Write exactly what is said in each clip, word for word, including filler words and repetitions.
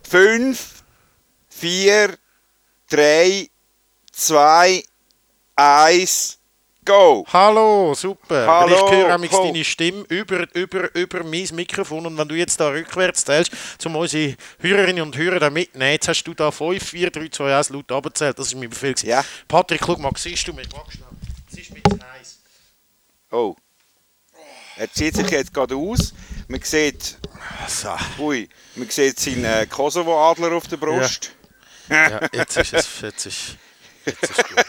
fünf, vier, drei, zwei, eins, go! Hallo, super. Hallo, ich höre nämlich oh. deine Stimme über, über, über mein Mikrofon und wenn du jetzt da rückwärts zählst, um unsere Hörerinnen und Hörer da mitnehmen, jetzt hast du da fünf, vier, drei, zwei, eins laut abgezählt, das ist mein Befehl gewesen. Ja. Patrick, guck mal, siehst du mich? Warte schnell. Es ist mir zu heiß. Oh. Er zieht sich jetzt gerade aus. Man sieht, So. ui, man sieht seinen äh, Kosovo-Adler auf der Brust. Ja, jetzt ist es, jetzt ist, jetzt ist gut.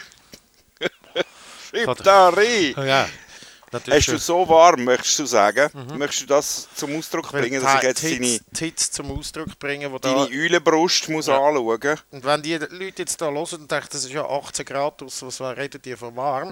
Schreib da rein! Ja, Hast du so warm, möchtest du sagen? Mhm. Möchtest du das zum Ausdruck bringen, dass ich jetzt deine, Tits zum Ausdruck bringen, wo deine da, Eulenbrust muss ja. anschauen? Und wenn die Leute jetzt da hören und denken, das ist ja achtzehn Grad aus, was reden die von warm?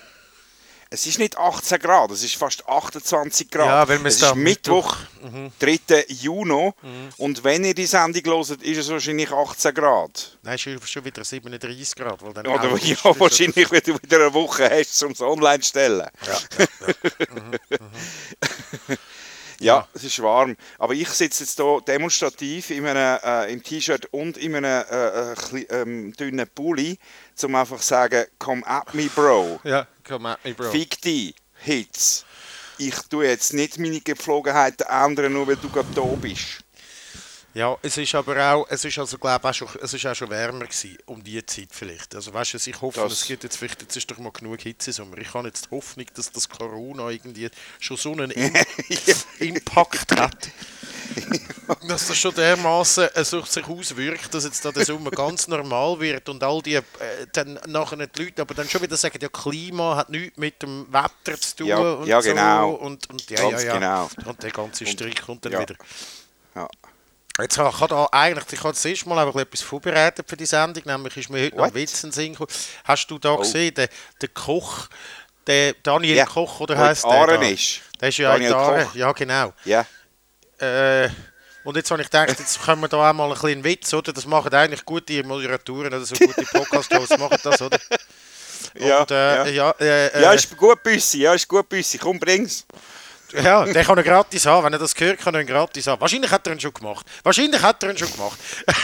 Es ist nicht achtzehn Grad, es ist fast achtundzwanzig Grad. Ja, weil es ist Mittwoch, mhm. dritter Juni. Mhm. Und wenn ihr die Sendung hört, ist es wahrscheinlich achtzehn Grad. Nein, es ist schon wieder siebenunddreißig Grad. Weil dann Oder ja, wahrscheinlich, wenn du wieder eine Woche hast, um es online zu stellen. Ja, ja, ja. mhm, mhm. Ja, ja, es ist warm. Aber ich sitze jetzt hier demonstrativ in einem, äh, im T-Shirt und in einem äh, äh, ähm, dünnen Pulli, um einfach zu sagen, come at me, Bro. Ja, come at me, Bro. Fick dich, Hits. Ich tue jetzt nicht meine Gepflogenheiten ändern, nur weil du gerade da bist. Ja, es ist aber auch, es ist also, glaube auch schon, es ist auch schon wärmer gewesen, um diese Zeit vielleicht. Also weißt du, ich hoffe, das es gibt jetzt vielleicht, jetzt ist doch mal genug Hitze im Sommer. Ich habe jetzt die Hoffnung, dass das Corona irgendwie schon so einen In- Impact hat, dass das schon dermaßen äh, sich auswirkt, dass jetzt da der Sommer ganz normal wird und all die, äh, dann nachher die Leute aber dann schon wieder sagen, ja, Klima hat nichts mit dem Wetter zu tun ja, und ja, genau. so. Und, und, ja, ganz ja, ja. genau. Und der ganze Strich kommt dann ja. wieder. Ja. Jetzt habe ich da eigentlich, ich habe das erste Mal etwas vorbereitet für die Sendung, nämlich ist mir heute noch ein Witz in den Sinn gekommen. Hast du da oh. gesehen, der, der Koch, der Daniel ja. Koch, oder heisst der da? Ist. Der ist ja Daniel in Aare. Koch. Ja, genau. Ja. Äh, und jetzt habe ich gedacht, jetzt können wir da auch mal ein bisschen Witz, oder? Das machen eigentlich gute Moderatoren oder so gute Podcast-Hosts machen das, oder? Ja, und, äh, ja. Ja, äh, ja, ist gut Büssi, ja, ist gut Büssi, komm, bring's. Ja, der kann ihn gratis haben. Wenn er das hört, kann er ihn gratis haben. Wahrscheinlich hat er ihn schon gemacht. Wahrscheinlich hat er ihn schon gemacht.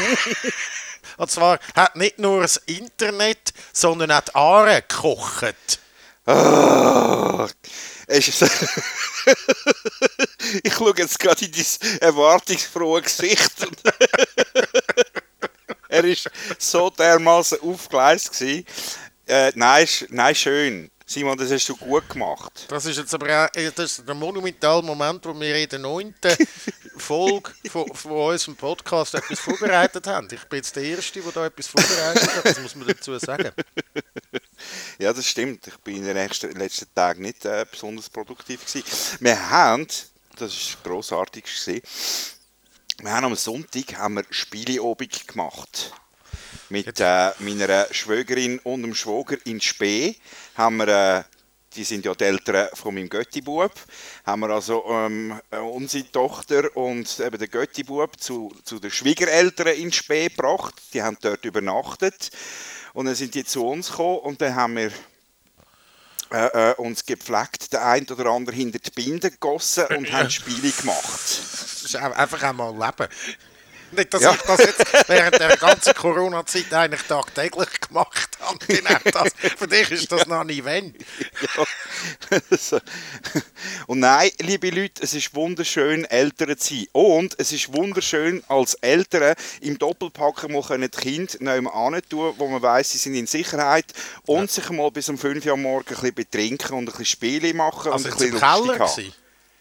Und zwar hat nicht nur das Internet, sondern auch die Aare gekocht. Oh, ich schaue jetzt gerade in dein erwartungsfrohe Gesicht. Er war so dermaßen aufgeleistet. Äh, nein, nein, schön. Simon, das hast du gut gemacht. Das ist jetzt aber auch das ist der monumentale Moment, wo wir in der neunten Folge von, von unserem Podcast etwas vorbereitet haben. Ich bin jetzt der Erste, der da etwas vorbereitet hat, das muss man dazu sagen. Ja, das stimmt. Ich bin in den letzten, letzten Tagen nicht äh, besonders produktiv gewesen. Wir haben, das war grossartig, gewesen, wir haben am Sonntag haben wir Spieleobig gemacht. Mit äh, meiner Schwägerin und dem Schwager in Spee haben wir, äh, die sind ja die Eltern von meinem Göttibub, haben wir also ähm, unsere Tochter und eben den Göttibub zu, zu den Schwiegereltern in Spee gebracht. Die haben dort übernachtet und dann sind die zu uns gekommen und dann haben wir äh, äh, uns gepflegt, der ein oder andere hinter die Binde gegossen und ja. haben Spiele gemacht. Das ist einfach einmal Leben. Nicht, dass ja. ich das jetzt während der ganzen Corona-Zeit eigentlich tagtäglich gemacht habe. Genau das. Für dich ist das noch ein Event. Ja. Und nein, liebe Leute, es ist wunderschön, Eltern zu sein. Und es ist wunderschön, als Eltern im Doppelpacken mal die Kinder nebenan hin tun, wo man weiss, sie sind in Sicherheit und ja. sich mal bis um fünf Uhr am Morgen ein bisschen betrinken und ein bisschen Spiele machen also und ein bisschen lustig haben. Gewesen?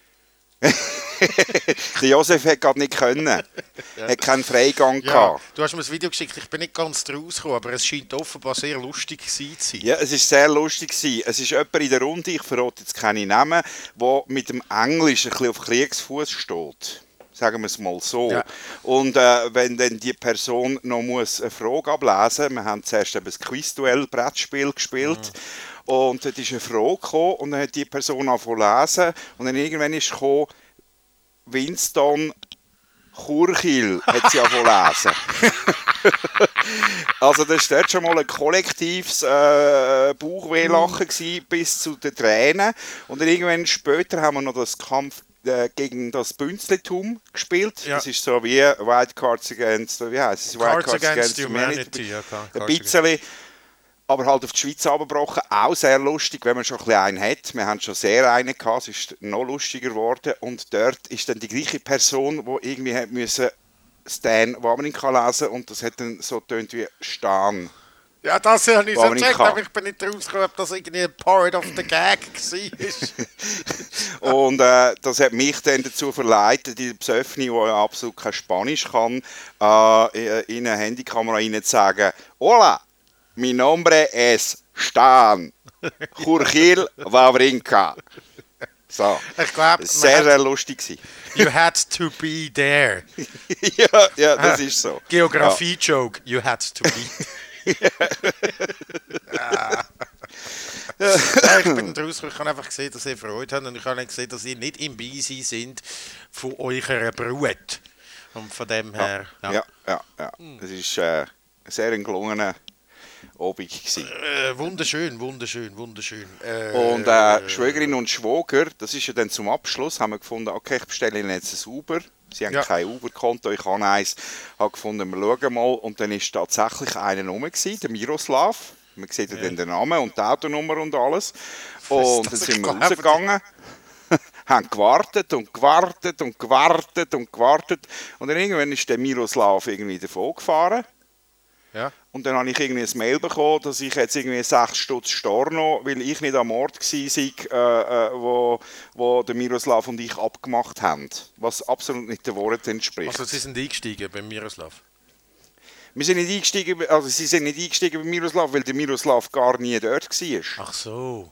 Der Josef hat gerade nicht können. Er ja. hat keinen Freigang ja, gehabt. Du hast mir das Video geschickt, ich bin nicht ganz draus gekommen, aber es scheint offenbar sehr lustig gewesen zu sein. Ja, es war sehr lustig gewesen. Es ist jemand in der Runde, ich verrate jetzt keine Namen, der mit dem Englisch ein bisschen auf Kriegsfuß steht. Sagen wir es mal so. Ja. Und äh, wenn dann die Person noch muss eine Frage ablesen muss, wir haben zuerst eben das Quizduell-Brettspiel gespielt, mhm. und dort ist eine Frage gekommen und dann hat die Person angefangen zu lesen und dann irgendwann ist gekommen, Winston Churchill hat sie angefangen zu lesen. Also das war dort schon mal ein kollektives äh, Bauchwehlachen gewesen, bis zu den Tränen. Und dann irgendwann später haben wir noch das Kampf äh, gegen das Bünzlitum gespielt. Ja. Das ist so wie White Cards Against, wie heißt es? White Cards Against Humanity. Ja, klar. Ein bisschen, aber halt auf die Schweiz abgebrochen. Auch sehr lustig, wenn man schon ein bisschen einen hat. Wir haben schon sehr einen gehabt, es ist noch lustiger geworden. Und dort ist dann die gleiche Person, die irgendwie hat müssen Stan Wawrinka lesen und das hat dann so tönt wie Stan. Ja, das habe ich so Wawrinka. gecheckt, aber ich bin nicht rausgekommen, ob das irgendwie ein Part of the Gag war. Und äh, das hat mich dann dazu verleitet, die Psöffni, die ja absolut kein Spanisch kann, äh, in eine Handykamera rein zu sagen: Hola, mi nombre es Stan Jorge Wawrinka. So. Ich glaube, sehr, sehr lustig gewesen. You had to be there. ja, ja, das ist so. Geografie-Joke, you had to be. ja. Ja, ich bin raus, ich habe einfach gesehen, dass ihr Freude habt und ich habe gesehen, dass ihr nicht im Beisein sind von eurer Brut. Und von dem her... Ja, ja, ja. ja. Es ist äh, ein sehr gelungener Abend gewesen. Äh, wunderschön, wunderschön, wunderschön. Äh, und äh, Schwägerin und Schwager, das ist ja dann zum Abschluss, haben wir gefunden, okay, ich bestelle Ihnen jetzt ein Uber. Sie haben ja. kein Uber-Konto, ich habe eins. Ich habe gefunden, wir schauen mal. Und dann war tatsächlich einer rum, gewesen, der Miroslav. Man sieht ja dann den Namen und die Autonummer und alles. Und dann sind wir rausgegangen, haben gewartet und gewartet und gewartet und gewartet. Und dann irgendwann ist der Miroslav irgendwie davon gefahren. Ja. Und dann habe ich irgendwie ein Mail bekommen, dass ich jetzt irgendwie sechs Stutz Storno, weil ich nicht am Ort war, äh, äh, wo, wo der Miroslav und ich abgemacht haben. Was absolut nicht der Wahrheit entspricht. Also Sie sind eingestiegen beim Miroslav? Wir sind nicht eingestiegen, also sie sind nicht eingestiegen bei Miroslav, weil der Miroslav gar nie dort war. Ach so.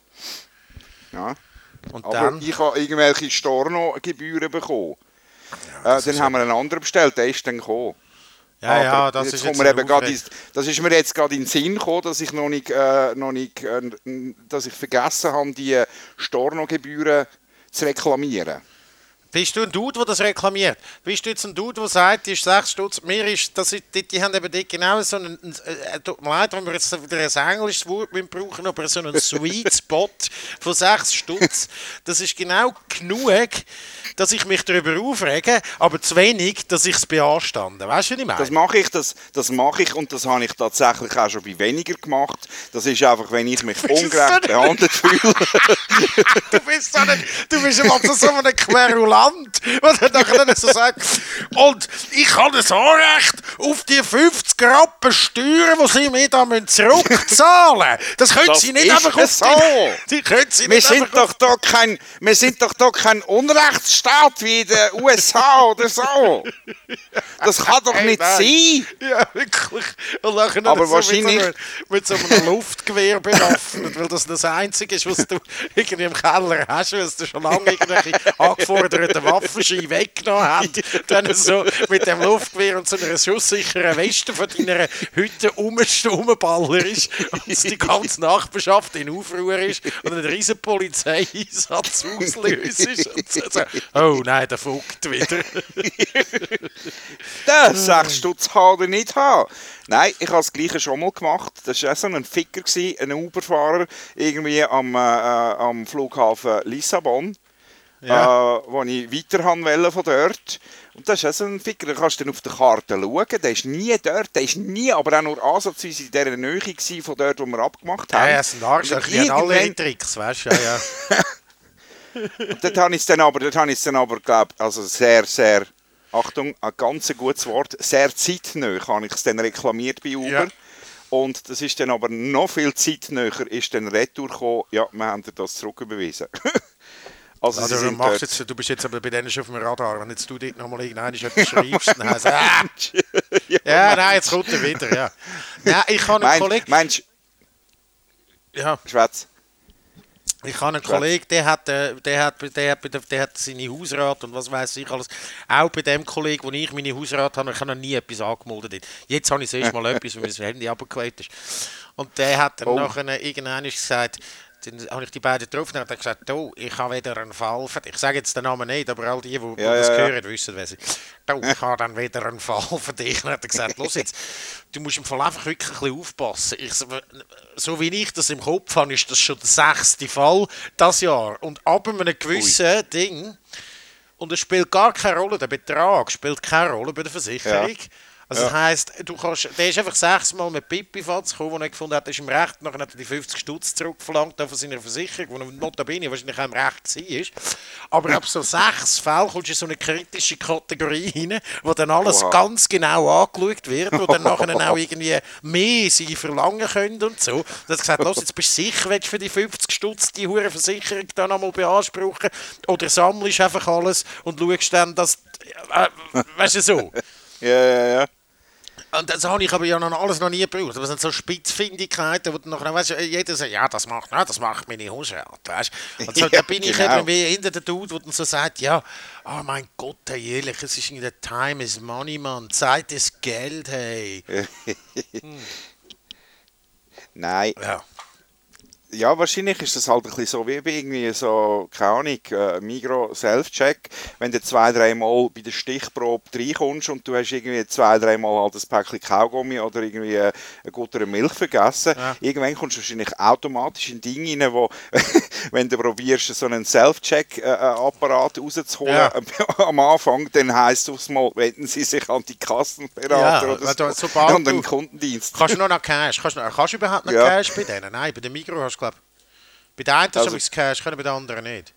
Ja. Und aber dann? Ich habe irgendwelche Storno-Gebühren bekommen. Ja, äh, dann haben wir einen anderen bestellt, der ist dann gekommen. Ja, aber ja, das jetzt ist jetzt wir eben in, das ist mir jetzt gerade in den Sinn gekommen, dass ich noch nicht, äh, noch nicht äh, dass ich vergessen habe, die Storno-Gebühren zu reklamieren. Bist du ein Dude, der das reklamiert? Bist du jetzt ein Dude, der sagt, die ist sechs Stutz, mir ist, das ist, die, die haben eben dort genau so einen, äh, tut mir leid, wenn wir jetzt wieder ein englisches Wort brauchen, aber so einen Sweet Spot von sechs Stutz, das ist genau genug, dass ich mich darüber aufrege, aber zu wenig, dass ich es beanstande. Weißt du, was ich meine? Das mache ich, das, das mache ich und das habe ich tatsächlich auch schon bei weniger gemacht. Das ist einfach, wenn ich mich ungerecht behandelt fühle. Du bist so ein, du bist immer so ein Querulant, was er dann so sagt. Und ich habe das Anrecht auf die fünfzig Rappen Steuern, die sie mir da zurückzahlen müssen. Das können das sie nicht einfach auf so. Die, die können sie wir, nicht sind doch da kein, wir sind doch da kein Unrechtsstaat wie in den U S A oder so. Das kann doch nicht hey, sein. Ja, wirklich. Und nachher aber so wahrscheinlich... Mit so, einem, mit so einem Luftgewehr bewaffnet, weil das das Einzige ist, was du irgendwie im Keller hast, weil du schon lange irgendwelche angeforderten Waffenscheine weggenommen hast. Dann so mit dem Luftgewehr und so einer schusssicheren Weste von deiner Hütte rumballern ist und die ganze Nachbarschaft in Aufruhr ist und ein riesen Polizeieinsatz auslöst ist. Und so, so. Oh nein, der fuckt wieder. Das sechs Stutz haben oder nicht haben. Nein, ich habe das Gleiche schon mal gemacht. Das war auch so ein Ficker, ein Uberfahrer, irgendwie am, äh, am Flughafen Lissabon, ja. äh, wo ich weiter haben wollte von dort. Und das ist auch so ein Ficker, da kannst du dann auf der Karte schauen, der ist nie dort, der ist nie, aber auch nur ansatzweise in dieser Nähe gewesen, von dort, wo wir abgemacht haben. Ja, ja, es sind Arschlöcher, die haben alle Tricks, weißt du, ja, ja. Und dort habe ich es dann aber, dort habe ich es dann aber, glaube also sehr, sehr, Achtung, ein ganz gutes Wort, sehr zeitnah habe ich es dann reklamiert bei Uber. Ja. Und das ist dann aber noch viel zeitnäher, ist dann Retour gekommen, ja, wir haben dir das zurücküberwiesen. Also, also du, machst jetzt, du bist jetzt aber bei denen schon auf dem Radar, wenn jetzt du dort nochmal irgendeinen etwas schreibst, dann heißt es, ah! ja, ja nein, jetzt kommt er wieder, ja. Ja, ich habe einen Kollegen... Meinst du... Ja. Schwätz. Ich habe einen Kollegen, der hat, der, hat, der, hat, der hat seine Hausrat und was weiß ich alles. Auch bei dem Kollegen, wo ich meine Hausrat habe, ich habe noch nie etwas angemeldet. Jetzt habe ich das erste Mal etwas, weil mein Handy abgeklebt ist. Und der hat dann oh. nachher irgendwann gesagt, dann habe ich die beiden getroffen und habe gesagt, du, ich habe wieder einen Fall für dich. Ich sage jetzt den Namen nicht, aber all die, die, die Ja, das ja, ja. hören, wissen, wer sie du, ich habe dann wieder einen Fall für dich. Und dann hat er gesagt, los jetzt, du musst im Fall einfach wirklich ein bisschen aufpassen. Ich, so wie ich das im Kopf habe, ist das schon der sechste Fall dieses Jahr. Und ab einem gewissen Ui. Ding, und es spielt gar keine Rolle, der Betrag spielt keine Rolle bei der Versicherung. Ja. Also das ja. heisst, du kannst, der ist einfach sechsmal mit Pipifatz gekommen, wo er gefunden hat, er ist im Recht, nachher hat er die fünfzig Stutz zurückverlangt von seiner Versicherung, die notabene wahrscheinlich auch im Recht war. Aber ab so sechs Fällen kommst du in so eine kritische Kategorie rein, wo dann alles Oha. ganz genau angeschaut wird, wo dann nachher auch irgendwie mehr sie verlangen können und so. Und er hat gesagt, los, jetzt bist du sicher, willst du für die fünfzig Stutz die hure Versicherung dann einmal beanspruchen oder sammelst einfach alles und schaust dann, dass, äh, weißt du so. Ja, ja, ja. Und das habe ich aber ja noch alles noch nie gebraucht. Das sind so Spitzfindigkeiten, wo dann nachher, weißt du, jeder sagt, ja, das macht, ja, das macht meine Hausrat, weißt du. Und so, ja, da bin ich genau. eben wie hinter der Dude, der dann so sagt, ja, oh mein Gott, hey, ehrlich, es ist in der Time is money, Mann, Zeit ist Geld, hey. hm. Nein. Ja. Ja, wahrscheinlich ist das halt ein bisschen so wie bei irgendwie so, keine Ahnung, äh, Migros Self-Check, wenn du zwei, dreimal bei der Stichprobe reinkommst und du hast irgendwie zwei, dreimal halt ein Päckchen Kaugummi oder irgendwie eine gute Milch vergessen, ja. irgendwann kommst du wahrscheinlich automatisch in Dinge rein, wo, wenn du probierst, so einen Self-Check-Apparat rauszuholen ja. am Anfang, dann heisst es aufs Mal, wenden sie sich an die Kassenberater ja, oder so, so und den Kundendienst. Kannst du noch nach Cash? Kannst du, kannst du überhaupt noch ja. Cash bei denen? Nein, bei den Migros hast du, glaube bei der einen also, hast du Cash, können bei den anderen nicht.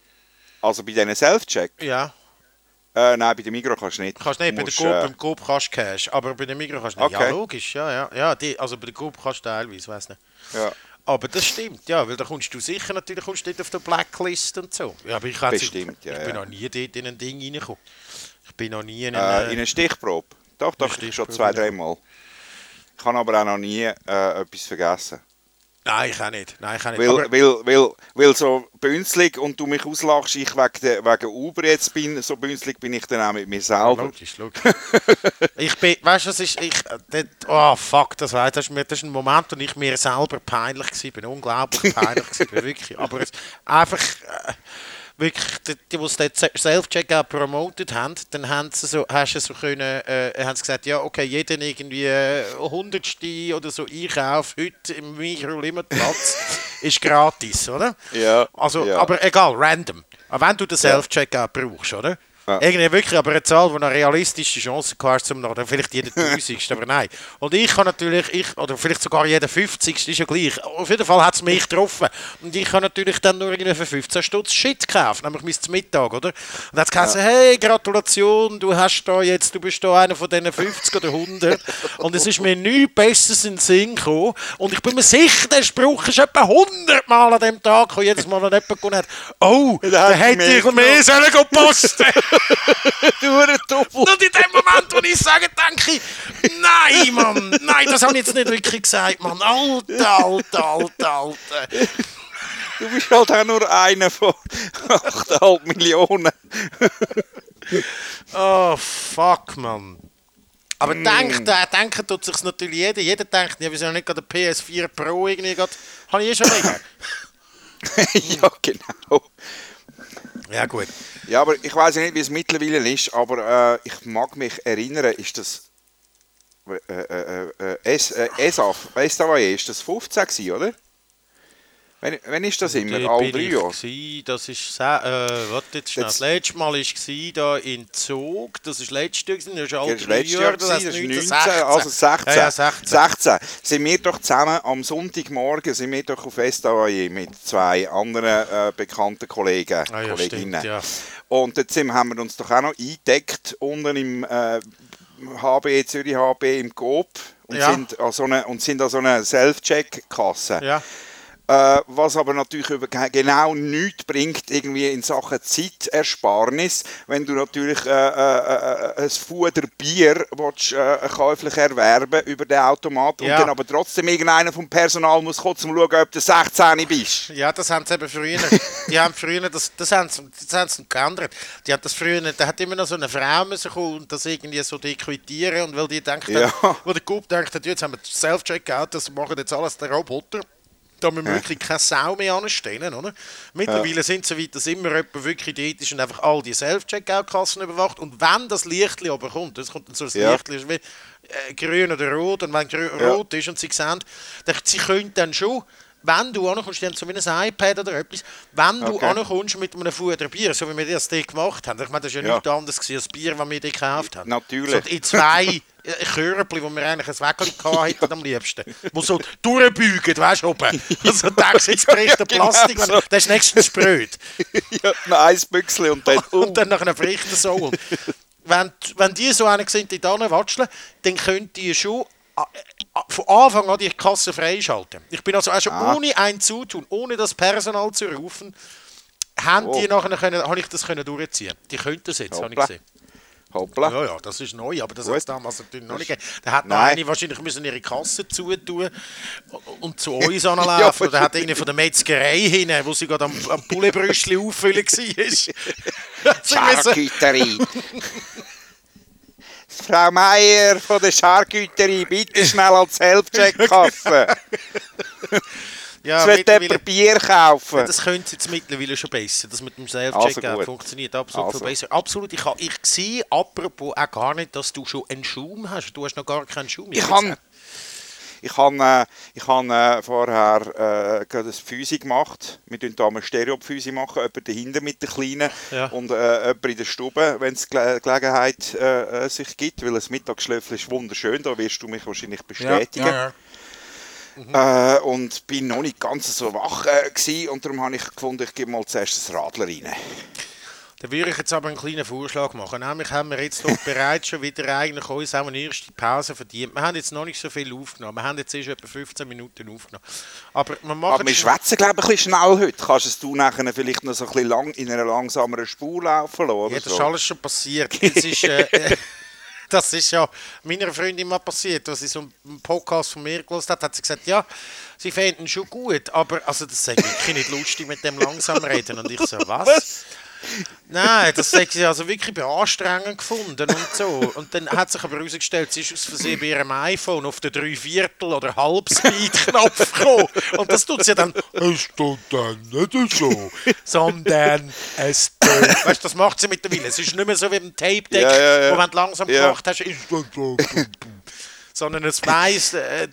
Also bei diesen Self-Check? Ja. Äh, nein, bei den Migros kannst du nicht. Kannst nicht, du bei der Coop, äh, beim Coop kannst du Cash, aber bei den Migros kannst du nicht. Okay. Ja, logisch, ja, ja. ja die, also bei der Coop kannst du teilweise, weiss nicht. Ja. Aber das stimmt, ja, weil da kommst du sicher natürlich kommst du nicht auf der Blacklist und so. Ja, aber ich, Bestimmt, ich, ja, ich bin ja. noch nie dort in ein Ding reingekommen. Ich bin noch nie in eine... Äh, in eine Stichprobe? Doch, doch, ich schon zwei, dreimal. Ich habe aber auch noch nie äh, etwas vergessen. Nein, ich auch nicht. Nein, ich auch nicht. Weil, aber weil, weil, weil so bünzlig und du mich auslachst, ich wegen, de, wegen Uber jetzt bin, so bünzlig bin ich dann auch mit mir selber. Ja, logisch, logisch. ich bin, weißt du, was ist, ich, das, oh fuck, das, das, ist, das ist ein Moment, wo ich mir selber peinlich war, unglaublich peinlich war, wirklich. Aber es, einfach, äh, wirklich, die, die, die das Self-Checkout promotet haben, dann haben sie so, hast du so können, äh, haben sie gesagt, ja, okay, jeder irgendwie äh, hundertste oder so Einkauf heute im Mikro-Limitplatz ist gratis, oder? Ja. Also, ja. aber egal, random. Aber wenn du den Self-Checkout brauchst, oder? Ja. Irgendwie wirklich, aber eine Zahl, die eine realistische Chance hast, zum noch, vielleicht jeder tausendste, aber nein. Und ich kann natürlich, ich, oder vielleicht sogar jeder fünfzigste, ist ja gleich. Auf jeden Fall hat es mich getroffen. Und ich kann natürlich dann nur irgendwie für fünfzehn Stutz Shit kaufen, nämlich mein Mittag, oder? Und dann hat es geheißen, ja. hey, Gratulation, du hast da jetzt, du bist da einer von diesen fünfzig oder hundert. Und es ist mir nichts Besseres in den Sinn gekommen. Und ich bin mir sicher, der Spruch ist etwa hundert Mal an dem Tag gekommen, jedes Mal, wenn jemand gewonnen hat, oh, da hätte ich mehr sollen posten. Du Doppel. Und in dem Moment, wo ich sage, denke ich, nein, Mann, nein, das habe ich jetzt nicht wirklich gesagt, Mann. Alter, alter, alter, alter. Du bist halt auch nur einer von acht Komma fünf Millionen. Oh, fuck, Mann. Aber mm. denkt, äh, denken tut sich natürlich jeder. Jeder denkt, ja, wieso nicht gerade der P S vier Pro irgendwie gerade. Habe ich eh schon mega. Ja, genau. Ja, gut. Ja, aber ich weiß nicht, wie es mittlerweile ist, aber äh, ich mag mich erinnern, ist das äh, äh, äh, es, äh, E S A F, weißt du, ist das fünfzehn gewesen, oder? Wenn, wenn ist das immer? All drei Jahre? Das ist, äh, warte jetzt schnell. Das letzte Mal war da in Zug, das war letztes Jahr, das ist all drei Jahre, das ist neunzehn, also sechzehn. Ja, ja, sechzehn. sechzehn. Sind wir doch zusammen am Sonntagmorgen sind wir doch auf Estavayer mit zwei anderen äh, bekannten Kollegen, ah, ja, Kolleginnen. Stimmt, ja. Und jetzt haben wir uns doch auch noch eingedeckt unten im äh, H B, Zürich H B im Coop und, ja. sind an so eine, und sind an so einer Self-Check-Kasse. Ja. Äh, was aber natürlich genau nichts bringt irgendwie in Sachen Zeitersparnis, wenn du natürlich äh, äh, ein Fuder Bier willst, äh, käuflich erwerben über den Automat ja. und dann aber trotzdem irgendeiner vom Personal muss kurz schauen, ob du sechzehn bist. Ja, das haben sie eben früher. Die haben früher, das, das haben sie, das haben sie geändert. Die haben das früher, da hat immer noch so eine Frau müssen kommen und das irgendwie so dequitieren und weil die denken, ja. wo der Coop denkt, jetzt haben wir Self-Checkout, das machen jetzt alles der Roboter. da müssen wir wirklich keine Sau mehr anstellen, oder? Mittlerweile ja. sind so weit, dass immer jemand wirklich dort ist und einfach all die Self-Checkout-Kassen überwacht. Und wenn das Lichtli aber kommt, das kommt dann so ein ja. Lichtli, wie äh, grün oder rot, und wenn grün, ja. rot ist und sie sehen, dann, sie können dann schon, wenn du ankommst, die haben so wie ein iPad oder etwas, wenn du okay. ankommst mit einem Fuder Bier, so wie wir das dort gemacht haben, ich meine, das war ja, ja. nichts anderes gewesen, als Bier, das wir dort gekauft haben. Natürlich. So in zwei Körbchen, wo wir eigentlich ein Wäckchen hatten am liebsten, wo so durchbügen, weißt du, oben. Also denkst du, jetzt bricht der Plastik, ja, genau so. Das ist nächstens spröd. Ja, ein Eisbüchsel und dann... Uh. Und dann nachher bricht er so. Und wenn, wenn die so einen sind, die da watscheln, dann könnt ihr schon von Anfang an die Kasse freischalten. Ich bin also auch schon ah. ohne ein Zutun, ohne das Personal zu rufen, haben oh. die nachher können, habe ich das können durchziehen. Die könnten das jetzt, habe ich gesehen. Hoppla. Ja, ja, das ist neu, aber das hat es damals natürlich noch nicht gegeben. Da hat noch eine wahrscheinlich müssen ihre Kasse zutun und zu uns anlaufen. Ja, oder hat eine von der Metzgerei hin, wo sie gerade am, am Pouletbrüschli auffüllen war. Charcuterie. Frau Meier von der Charcuterie, bitte schnell als Self-Check-Kasse. Ja, jetzt will jemand Bier kaufen. Ja, das könnte jetzt mittlerweile schon besser. Das mit dem Self-Checkout also funktioniert absolut also. viel besser. Absolut. Ich, ich sehe apropos auch gar nicht, dass du schon einen Schaum hast. Du hast noch gar keinen Schaum. Ich habe ich hab, äh, ich hab, äh, vorher äh, eine Füsi gemacht. Wir machen hier eine Stereo-Füsi machen. Jemand dahinter mit den Kleinen ja. und äh, jemand in der Stube, wenn es Ge Gelegenheit äh, sich gibt. Weil ein Mittagsschläfchen ist wunderschön. Da wirst du mich wahrscheinlich bestätigen. Ja. Ja, ja. Mhm. Äh, und bin noch nicht ganz so wach äh, gewesen, und darum habe ich gefunden, ich gebe mal zuerst das Radler rein. Dann würde ich jetzt aber einen kleinen Vorschlag machen. Nämlich haben wir jetzt doch bereits schon wieder eigentlich uns auch eine erste Pause verdient. Wir haben jetzt noch nicht so viel aufgenommen. Wir haben jetzt erst etwa fünfzehn Minuten aufgenommen. Aber, wir, aber wir schwätzen, glaube ich, ein bisschen schnell heute. Kannst du nachher vielleicht noch so ein bisschen lang, in einer langsameren Spur laufen lassen? Oder ja, das so? Ist alles schon passiert. Jetzt ist... Äh, Das ist ja meiner Freundin mal passiert, als sie so einen Podcast von mir gehört hat, hat sie gesagt, ja, sie fänden ihn schon gut, aber also das ist wirklich nicht lustig mit dem langsam reden. Und ich so, was? was? Nein, das hat sie also wirklich beanstrengend gefunden und so. Und dann hat sich aber herausgestellt, sie ist aus Versehen bei ihrem iPhone auf den Dreiviertel- oder Halbspeed-Knopf gekommen. Und das tut sie dann, es tut dann nicht so, sondern es tut. Weißt du, das macht sie mittlerweile. Es ist nicht mehr so wie beim Tape-Deck, ja, ja, ja. wo wenn du langsam ja. gemacht hast, ist dann so. Sondern es weiss, äh,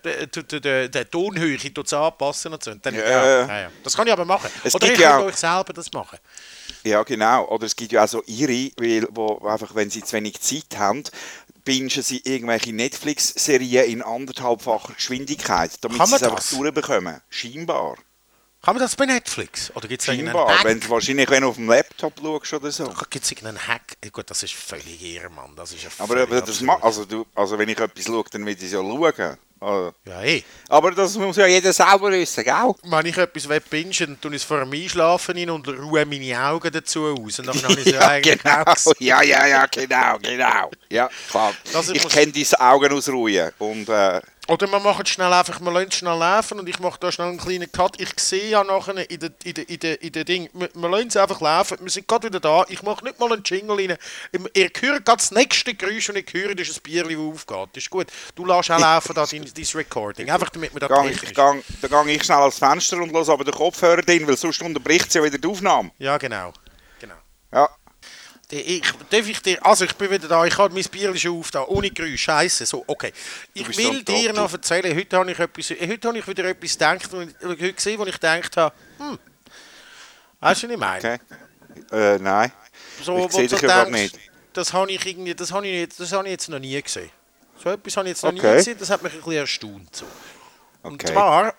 die Tonhöhe tut es anpassen und so. Und dann, ja, ja. Ja, ja. Das kann ich aber machen. Es Oder ich kann euch selber das machen. Ja, genau. Oder es gibt ja auch so Ihre, weil, wo einfach, wenn sie zu wenig Zeit haben, bingen sie irgendwelche Netflix-Serien in anderthalbfacher Geschwindigkeit, damit sie es einfach durchbekommen. Scheinbar. Kann man das bei Netflix? Oder gibt es einen Hack? Wenn du wahrscheinlich wenn du auf dem Laptop schaust oder so. Gibt es irgendeinen Hack? Gut, das ist völlig irre, Mann. Das ist ja aber aber das also, du, also wenn ich etwas schaue, dann will ich es ja schauen. Also. Ja, eh. Aber das muss ja jeder selber wissen, gell? Wenn ich etwas bingen dann tue ich es vor dem Einschlafen rein und ruhe meine Augen dazu aus. Und dann habe ich es ja, ja eigentlich genau. auch Ja, ja, ja, genau, genau. Ja, klar. Ich kenne diese Augen ausruhen. Und, äh, oder wir machen schnell einfach, wir lassen es schnell laufen und ich mache da schnell einen kleinen Cut. Ich sehe ja nachher in der, in der, in der, in der Ding, wir, wir lassen es einfach laufen, wir sind gerade wieder da, ich mache nicht mal einen Jingle rein. Ihr hört gerade das nächste Geräusch, das ich höre, das ist ein Bierchen, das aufgeht. Das ist gut. Du lässt auch laufen, da dein, dein Recording, einfach damit wir da gang, ich, gang, Dann gehe ich schnell ans Fenster und lasse aber den Kopfhörer drin, weil sonst unterbricht es ja wieder die Aufnahme. Ja, genau. genau. Ja. Ich, darf ich dir, also ich bin wieder da, ich habe mein Bier schon aufgetan, ohne Geräusch, scheisse, so, okay. Ich will so dir noch erzählen, heute habe ich, etwas, heute habe ich wieder etwas gedacht, und heute gesehen, wo ich gedacht habe, hm, weißt du, was ich meine? Okay. Äh, nein, so, ich sehe dich ja nicht. Das habe ich irgendwie, das habe ich, das habe ich jetzt noch nie gesehen. So etwas habe ich jetzt noch okay. nie gesehen, das hat mich ein bisschen erstaunt. So. Und okay. zwar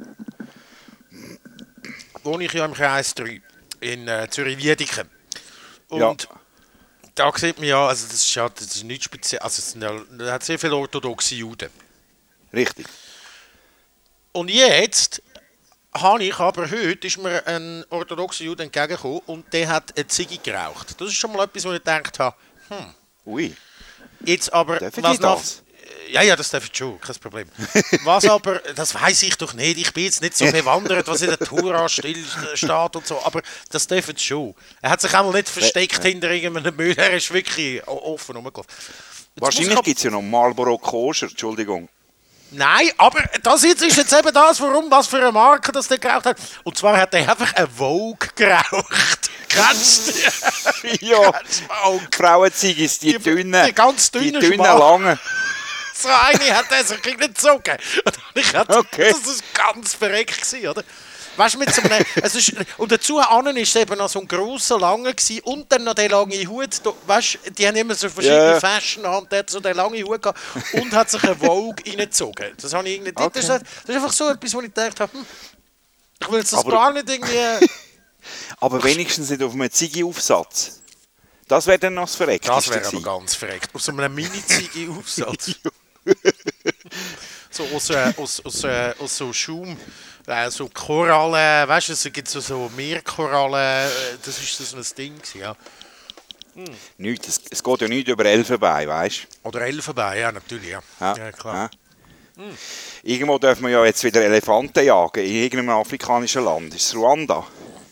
wohne ich ja im Kreis drei in äh, Zürich-Wiedeken. Und ja. Da sieht man ja, also das ist ja das ist nichts speziell, also es sind, hat sehr viele orthodoxe Juden. Richtig. Und jetzt habe ich aber heute ist mir ein orthodoxer Jude entgegengekommen und der hat eine Ziege geraucht. Das ist schon mal etwas, wo ich gedacht habe, hm. Ui. Jetzt aber, darf was noch, das? Ja, ja, das darf ich schon, kein Problem. Was aber, das weiß ich doch nicht, ich bin jetzt nicht so bewandert, was in der Tora steht und so, aber das darf ich schon. Er hat sich einmal nicht versteckt ja. hinter irgendeinem Müll, er ist wirklich offen rumgelaufen. Wahrscheinlich gibt es ja noch Marlboro Koscher, Entschuldigung. Nein, aber das jetzt ist jetzt eben das, warum, was für eine Marke das der geraucht hat. Und zwar hat er einfach eine Vogue geraucht. Kennst du die? Ja, Vogue. Frauenziggis, die, die dünnen, die ganz dünnen, die dünnen langen. So eine hat er sich nicht gezogen. Und ich hatte, Okay. das war ganz verreckt, gewesen, oder? Weißt du, mit so einem, es ist, und dazu an ist es eben noch so ein grosser, langer gewesen, und dann noch der lange Hut. Da, weißt du, die haben immer so verschiedene Yeah. Fashion an, der hat so den langen Hut gehabt und hat sich eine Vogue reingezogen. Das, habe ich irgendwie, Okay. das, ist, das ist einfach so etwas, wo ich gedacht habe, hm, ich will jetzt das Aber- gar nicht irgendwie... Aber wenigstens nicht auf einem Ziggy-Aufsatz. Das wäre dann noch das Verreckte. Das wäre aber ganz verreckt. Auf so einem Mini-Ziege-Aufsatz. So aus, äh, aus, aus, äh, aus so Schaum, äh, so Korallen, weißt du, es gibt so, so Meerkorallen, äh, das ist so ein Ding gewesen, ja. Nicht, es, es geht ja nicht über Elfenbein, weißt du? Oder Elfenbein, ja, natürlich, ja. Ja, Ja, klar. ja. Irgendwo dürfen wir ja jetzt wieder Elefanten jagen, in irgendeinem afrikanischen Land. Ist es Ruanda?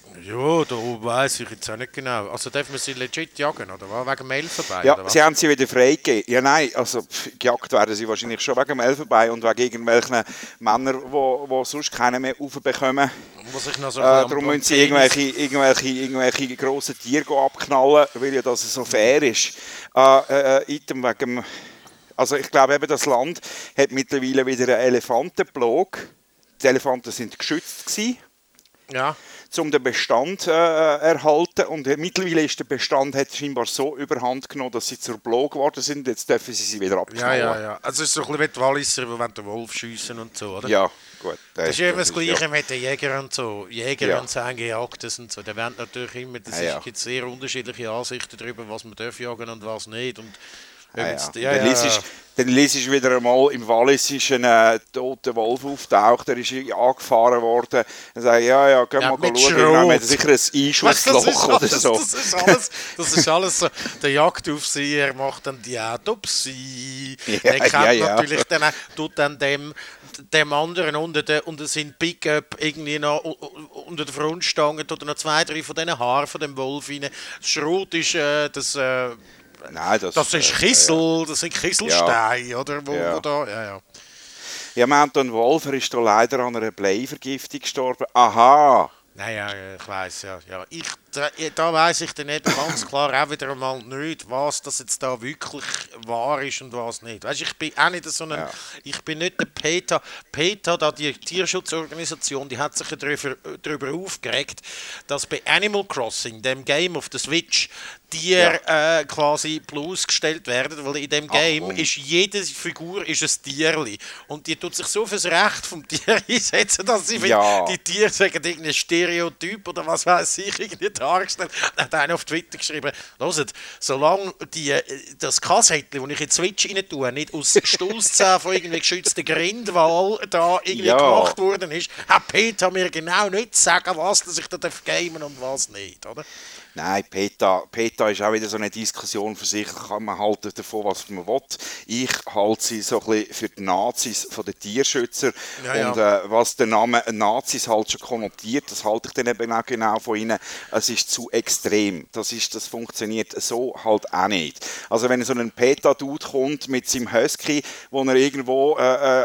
Ja, da weiss ich jetzt auch nicht genau. Also dürfen wir sie legit jagen, oder was? Wegen dem Elfenbein, Ja, oder was? sie haben sie wieder freigegeben. Ja, nein, also pff, gejagt werden sie wahrscheinlich schon wegen dem Elfenbein und wegen irgendwelchen Männern, die sonst keinen mehr aufbekommen. Was ich noch so Äh, am- darum am müssen sie Penis- irgendwelche, irgendwelche, irgendwelche grossen Tiere abknallen, weil ja das so fair ist. Äh, äh, Item wegen dem, also ich glaube eben, das Land hat mittlerweile wieder einen Elefantenplog. Die Elefanten sind geschützt gewesen, Ja. um den Bestand äh, erhalten, und mittlerweile ist der Bestand hat scheinbar so überhand genommen, dass sie zur Plog geworden sind. Jetzt dürfen sie sie wieder Ja, abknallen. ja, ja. Also es ist so ein bisschen wie die Walliser, die wollen den Wolf schiessen und so, oder? Ja, gut. Das ist immer das Gleiche ja. mit den Jägern und so. Jäger Ja. und Sängejagden und so. Da werden natürlich immer, das Ja, ja. ist, gibt sehr unterschiedliche Ansichten darüber, was man darf jagen und was nicht. Und Ah, ja. jetzt- Ja, dann liest ich- Dann liest ich wieder einmal, im Wallis ist ein äh, toter Wolf auftaucht, der ist angefahren worden. Dann sage ich, ja, ja, gehen Ja, wir mit mal schauen. Schrot. Genau, wir haben sicher ein Weißt du, Einschussloch das ist oder alles, so. Das ist alles, das ist alles so. Der Jagdaufseher macht dann die Autopsie. Ja, der kennt ja, ja. natürlich dann, auch- tut dann dem, dem anderen unter, der, unter seinen Pickup irgendwie noch u- u- unter der Frontstange tut er noch zwei, drei von diesen Haaren von dem Wolf rein. Das Schrot ist äh, das... Äh, Nein, das, Das ist äh, Kissel, das sind Kisselsteine, oder? Wo, Ja. wo da, ja, ja. Ja, wir haben da einen Wolf, er ist da leider an einer Bleivergiftung gestorben. Aha! Nein, ja, ich weiß ja, ja. Ich, da, da weiss ich dann eben ganz klar auch wieder einmal nicht, was das jetzt da wirklich wahr ist und was nicht. Weißt, ich bin auch nicht so ein, Ja. ich bin nicht der PETA. PETA, da die Tierschutzorganisation, die hat sich ja darüber, darüber aufgeregt, dass bei Animal Crossing, dem Game auf der Switch, Tiere äh, quasi bloßgestellt werden, weil in dem Ach, Game komm. ist jede Figur ist ein Tierli und die tut sich so fürs Recht vom Tier einsetzen, dass sie Ja. die Tiere sagen irgendein Stereotyp oder was weiß ich irgendwie dargestellt. Dann hat einer auf Twitter geschrieben, hört, solange die, äh, das Kassettchen, das ich in die Switch rein tue, nicht aus Stoßzähnen von irgendwie geschützten Grindwall da irgendwie Ja. gemacht worden ist, hat Peter mir genau nicht sagen, was dass ich da darf gamen und was nicht, oder? Nein, PETA, PETA ist auch wieder so eine Diskussion für sich. Kann man halten davon, was man will. Ich halte sie so ein bisschen für die Nazis von den Tierschützern. Ja, ja. Und äh, was der Name Nazis halt schon konnotiert, das halte ich dann eben auch genau von ihnen. Es ist zu extrem. Das, ist, das funktioniert so halt auch nicht. Also wenn so ein PETA-Dude kommt mit seinem Husky, wo er irgendwo äh,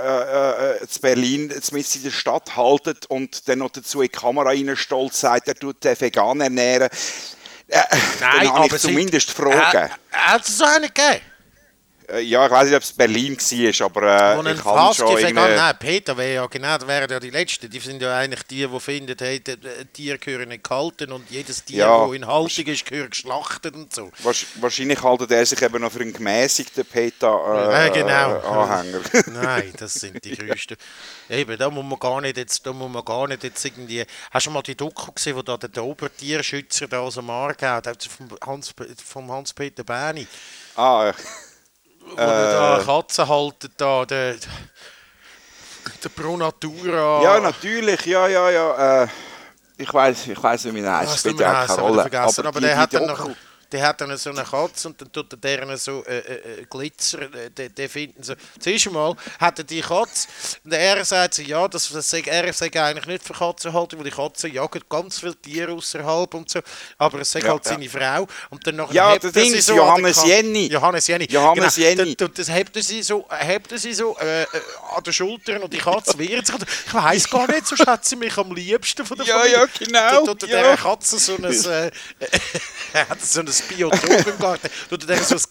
äh, äh, in Berlin mitten in der Stadt haltet und dann noch dazu in die Kamera rein stolz sagt, er tut den vegan ernähren, Äh, dann habe ich zumindest Fragen. Äh, hat es so einen gegeben? Äh, ja, ich weiß nicht, ob es Berlin war, aber Wo äh, ein ich kann Husky schon vegan, irgendwie... nein, Peter wäre ja genau, das wären ja die Letzten. Die sind ja eigentlich die, die finden, hey, die, die Tiere gehören nicht gehalten und jedes Tier, Ja. das in Haltung ist, gehört geschlachtet und so. Wahrsch- Wahrscheinlich haltet er sich eben noch für einen gemäßigten PETA-Anhänger. Ja, genau. Äh, Anhänger. Nein, das sind die größten. Eben, da muss man gar nicht jetzt, da muss man gar nicht jetzt irgendwie... Hast du mal die Doku gesehen, wo da der, der Obertierschützer da aus dem Aargau, der vom Hans, vom Hans-Peter Bäni, ah, wo er da Katzen haltet, da, der, der Pro Natura... ja, natürlich, ja, ja, ja. Äh, ich weiß ich weiss nicht, wie er Ah, heißt. das Spielt tut mir ja leid, keine das habe ich Rolle. vergessen, aber die, der die hat dann Doku, noch- der hat dann so eine Katze und dann tut er deren so äh, äh, Glitzer, äh, der, der finden so. Zuerst einmal hat er die Katze und er sagt so, ja, das, das sei, er sei eigentlich nicht für Katzenhaltung, weil die Katzen jagen ganz viele Tiere außerhalb und so, aber es sei Ja, halt ja. seine Frau und dann nachher Ja, hebt der er sie Dings, so Johannes an der Ka- Jenny. Johannes Jenny. Johannes genau. Jenny. Und, und das hebt er sie so, hebt er sie so äh, äh, an den Schultern und die Katze wehrt sich. Ich weiss gar nicht, sonst hat sie mich am liebsten von der Ja, Familie. ja, genau, Tut er ja. dieser Katze so ein, äh, er hat so ein Biotop im Garten, tut er der so ein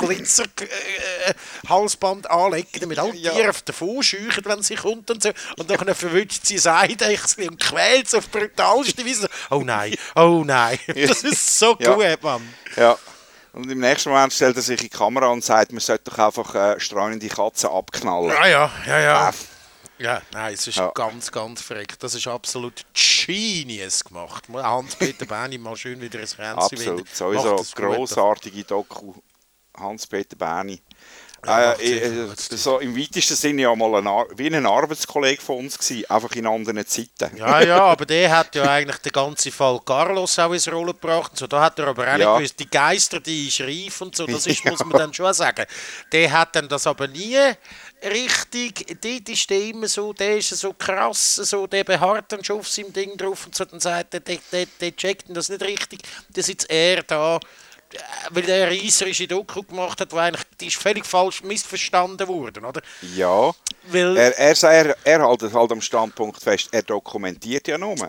Glitzer-Halsband anlegen, damit alle Ja. Tiere davon scheuchen, wenn sie kommt und so. Und dann verwünscht sie Seidechsel und quält sie auf brutalste Weise. Oh nein, oh nein. Das ist so Ja. gut, Mann. Ja. Und im nächsten Moment stellt er sich in die Kamera und sagt, man sollte doch einfach äh, streunende Katzen abknallen. Ja, ja, ja, ja. Ah, Ja, nein, es ist Ja. ganz, ganz verreckt. Das ist absolut genius gemacht. Hans-Peter Berni mal schön wieder ins Rennen Absolut, sowieso grossartige Doku. Hans-Peter Berni. Ja, äh, äh, so im weitesten Sinne ja mal ein, Ar wie ein Arbeitskollege von uns gewesen, einfach in anderen Zeiten. Ja, ja, aber der hat ja eigentlich den ganzen Fall Carlos auch ins Rollen gebracht. Und so, da hat er aber auch Ja. nicht gewusst, die Geister, die ist reif und so, das ist, muss man dann schon sagen. Der hat dann das aber nie richtig, dort ist der immer so, der ist so krass, so, der beharrt dann schon auf seinem Ding drauf und so, dann sagt er, der, der, der checkt das nicht richtig, der sitzt er da, weil der eine reißerische Doku gemacht hat, die eigentlich, die ist völlig falsch missverstanden worden, oder? Ja, Weil er, er, er, er hält halt am Standpunkt fest, er dokumentiert ja nur.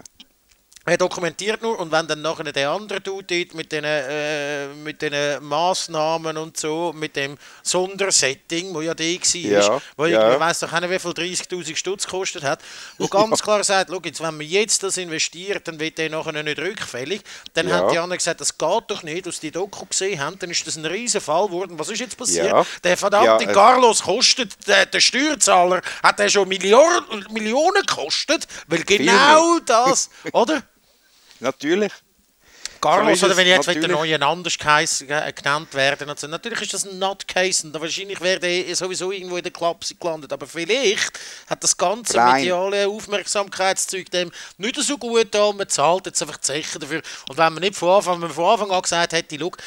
er dokumentiert nur und wenn dann nachher der andere tut dort mit den äh, mit den Massnahmen und so, mit dem Sondersetting, wo ja der war, Ja, wo ja. irgendwie, weiss doch nicht, wie viel dreißigtausend Stutz gekostet hat, wo ganz klar sagt, schau jetzt, wenn man jetzt das investiert, dann wird der nachher nicht rückfällig. Dann Ja. haben die anderen gesagt, das geht doch nicht, als die Doku gesehen haben, dann ist das ein riesen Fall geworden. Was ist jetzt passiert? Ja. Der verdammte Ja, äh, Carlos kostet, der, der Steuerzahler hat der schon Millionen, Millionen gekostet, weil genau das, oder? Natürlich. Carlos, So ist oder wenn es, jetzt wieder natürlich. neuen anders geheiss- äh, genannt werden. Und so. Natürlich ist das ein Nutcase und wahrscheinlich wäre der sowieso irgendwo in der Klapse gelandet. Aber vielleicht hat das ganze Nein. mediale Aufmerksamkeitszeug dem nicht so gut da. Man zahlt jetzt einfach die Zechen dafür. Und wenn man nicht von Anfang, wenn man von Anfang an gesagt hätte, schau,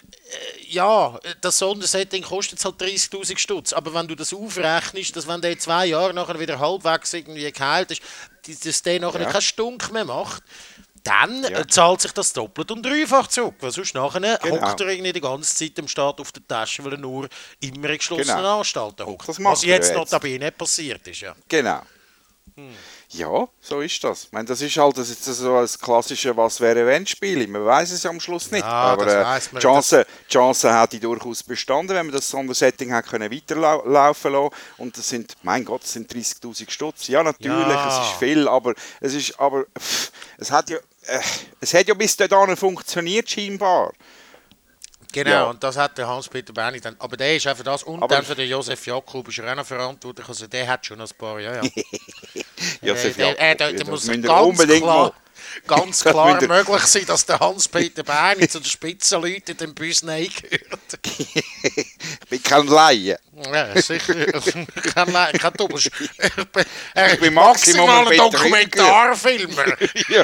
äh, ja, das Sondersetting kostet jetzt halt dreißigtausend Stutz. Aber wenn du das aufrechnest, dass wenn der zwei Jahre nachher wieder halbwegs irgendwie geheilt ist, dass der nachher Ja. keinen Stunk mehr macht, dann Ja. äh, zahlt sich das doppelt und dreifach zurück. Weil sonst nachher Genau. hockt er irgendwie die ganze Zeit im Staat auf der Tasche, weil er nur immer in geschlossenen Genau. Anstalten hockt. Das macht Was er jetzt ja noch jetzt. dabei nicht passiert ist. Ja. Genau. Ja, so ist das. Ich meine, das ist halt das ist so ein klassisches «Was wäre wenn» Spiel. Man weiß es ja am Schluss nicht. Ja, aber das äh, weiss man. die Chance, die Chance hätte durchaus bestanden, wenn man das Sondersetting hätte können weiterlaufen lassen. Und das sind, mein Gott, das sind dreißigtausend Stutz. Ja, natürlich, Ja. es ist viel, aber es ist, aber pff, es hat ja, äh, es hat ja bis dahin funktioniert scheinbar. Genau, Ja. und das hat der Hans-Peter Berni dann. Aber der ist einfach das. Und Aber- dann für den Josef Jakob ist er auch noch verantwortlich. Also der hat schon ein paar, ja, ja. Josef Äh, der, äh, Jakob, der, ja, der das muss müsst ihr ganz unbedingt klar, mal. ganz Das klar müsst ihr- möglich sein, dass der Hans-Peter Berni zu den Spitzenleuten in dem Bus gehört. Ich bin kein Laie. Ja, sicher. kein Le- kein Doppel. Er Ich ist bin maximal Maximum ein ein Dokumentarfilmer. Ja,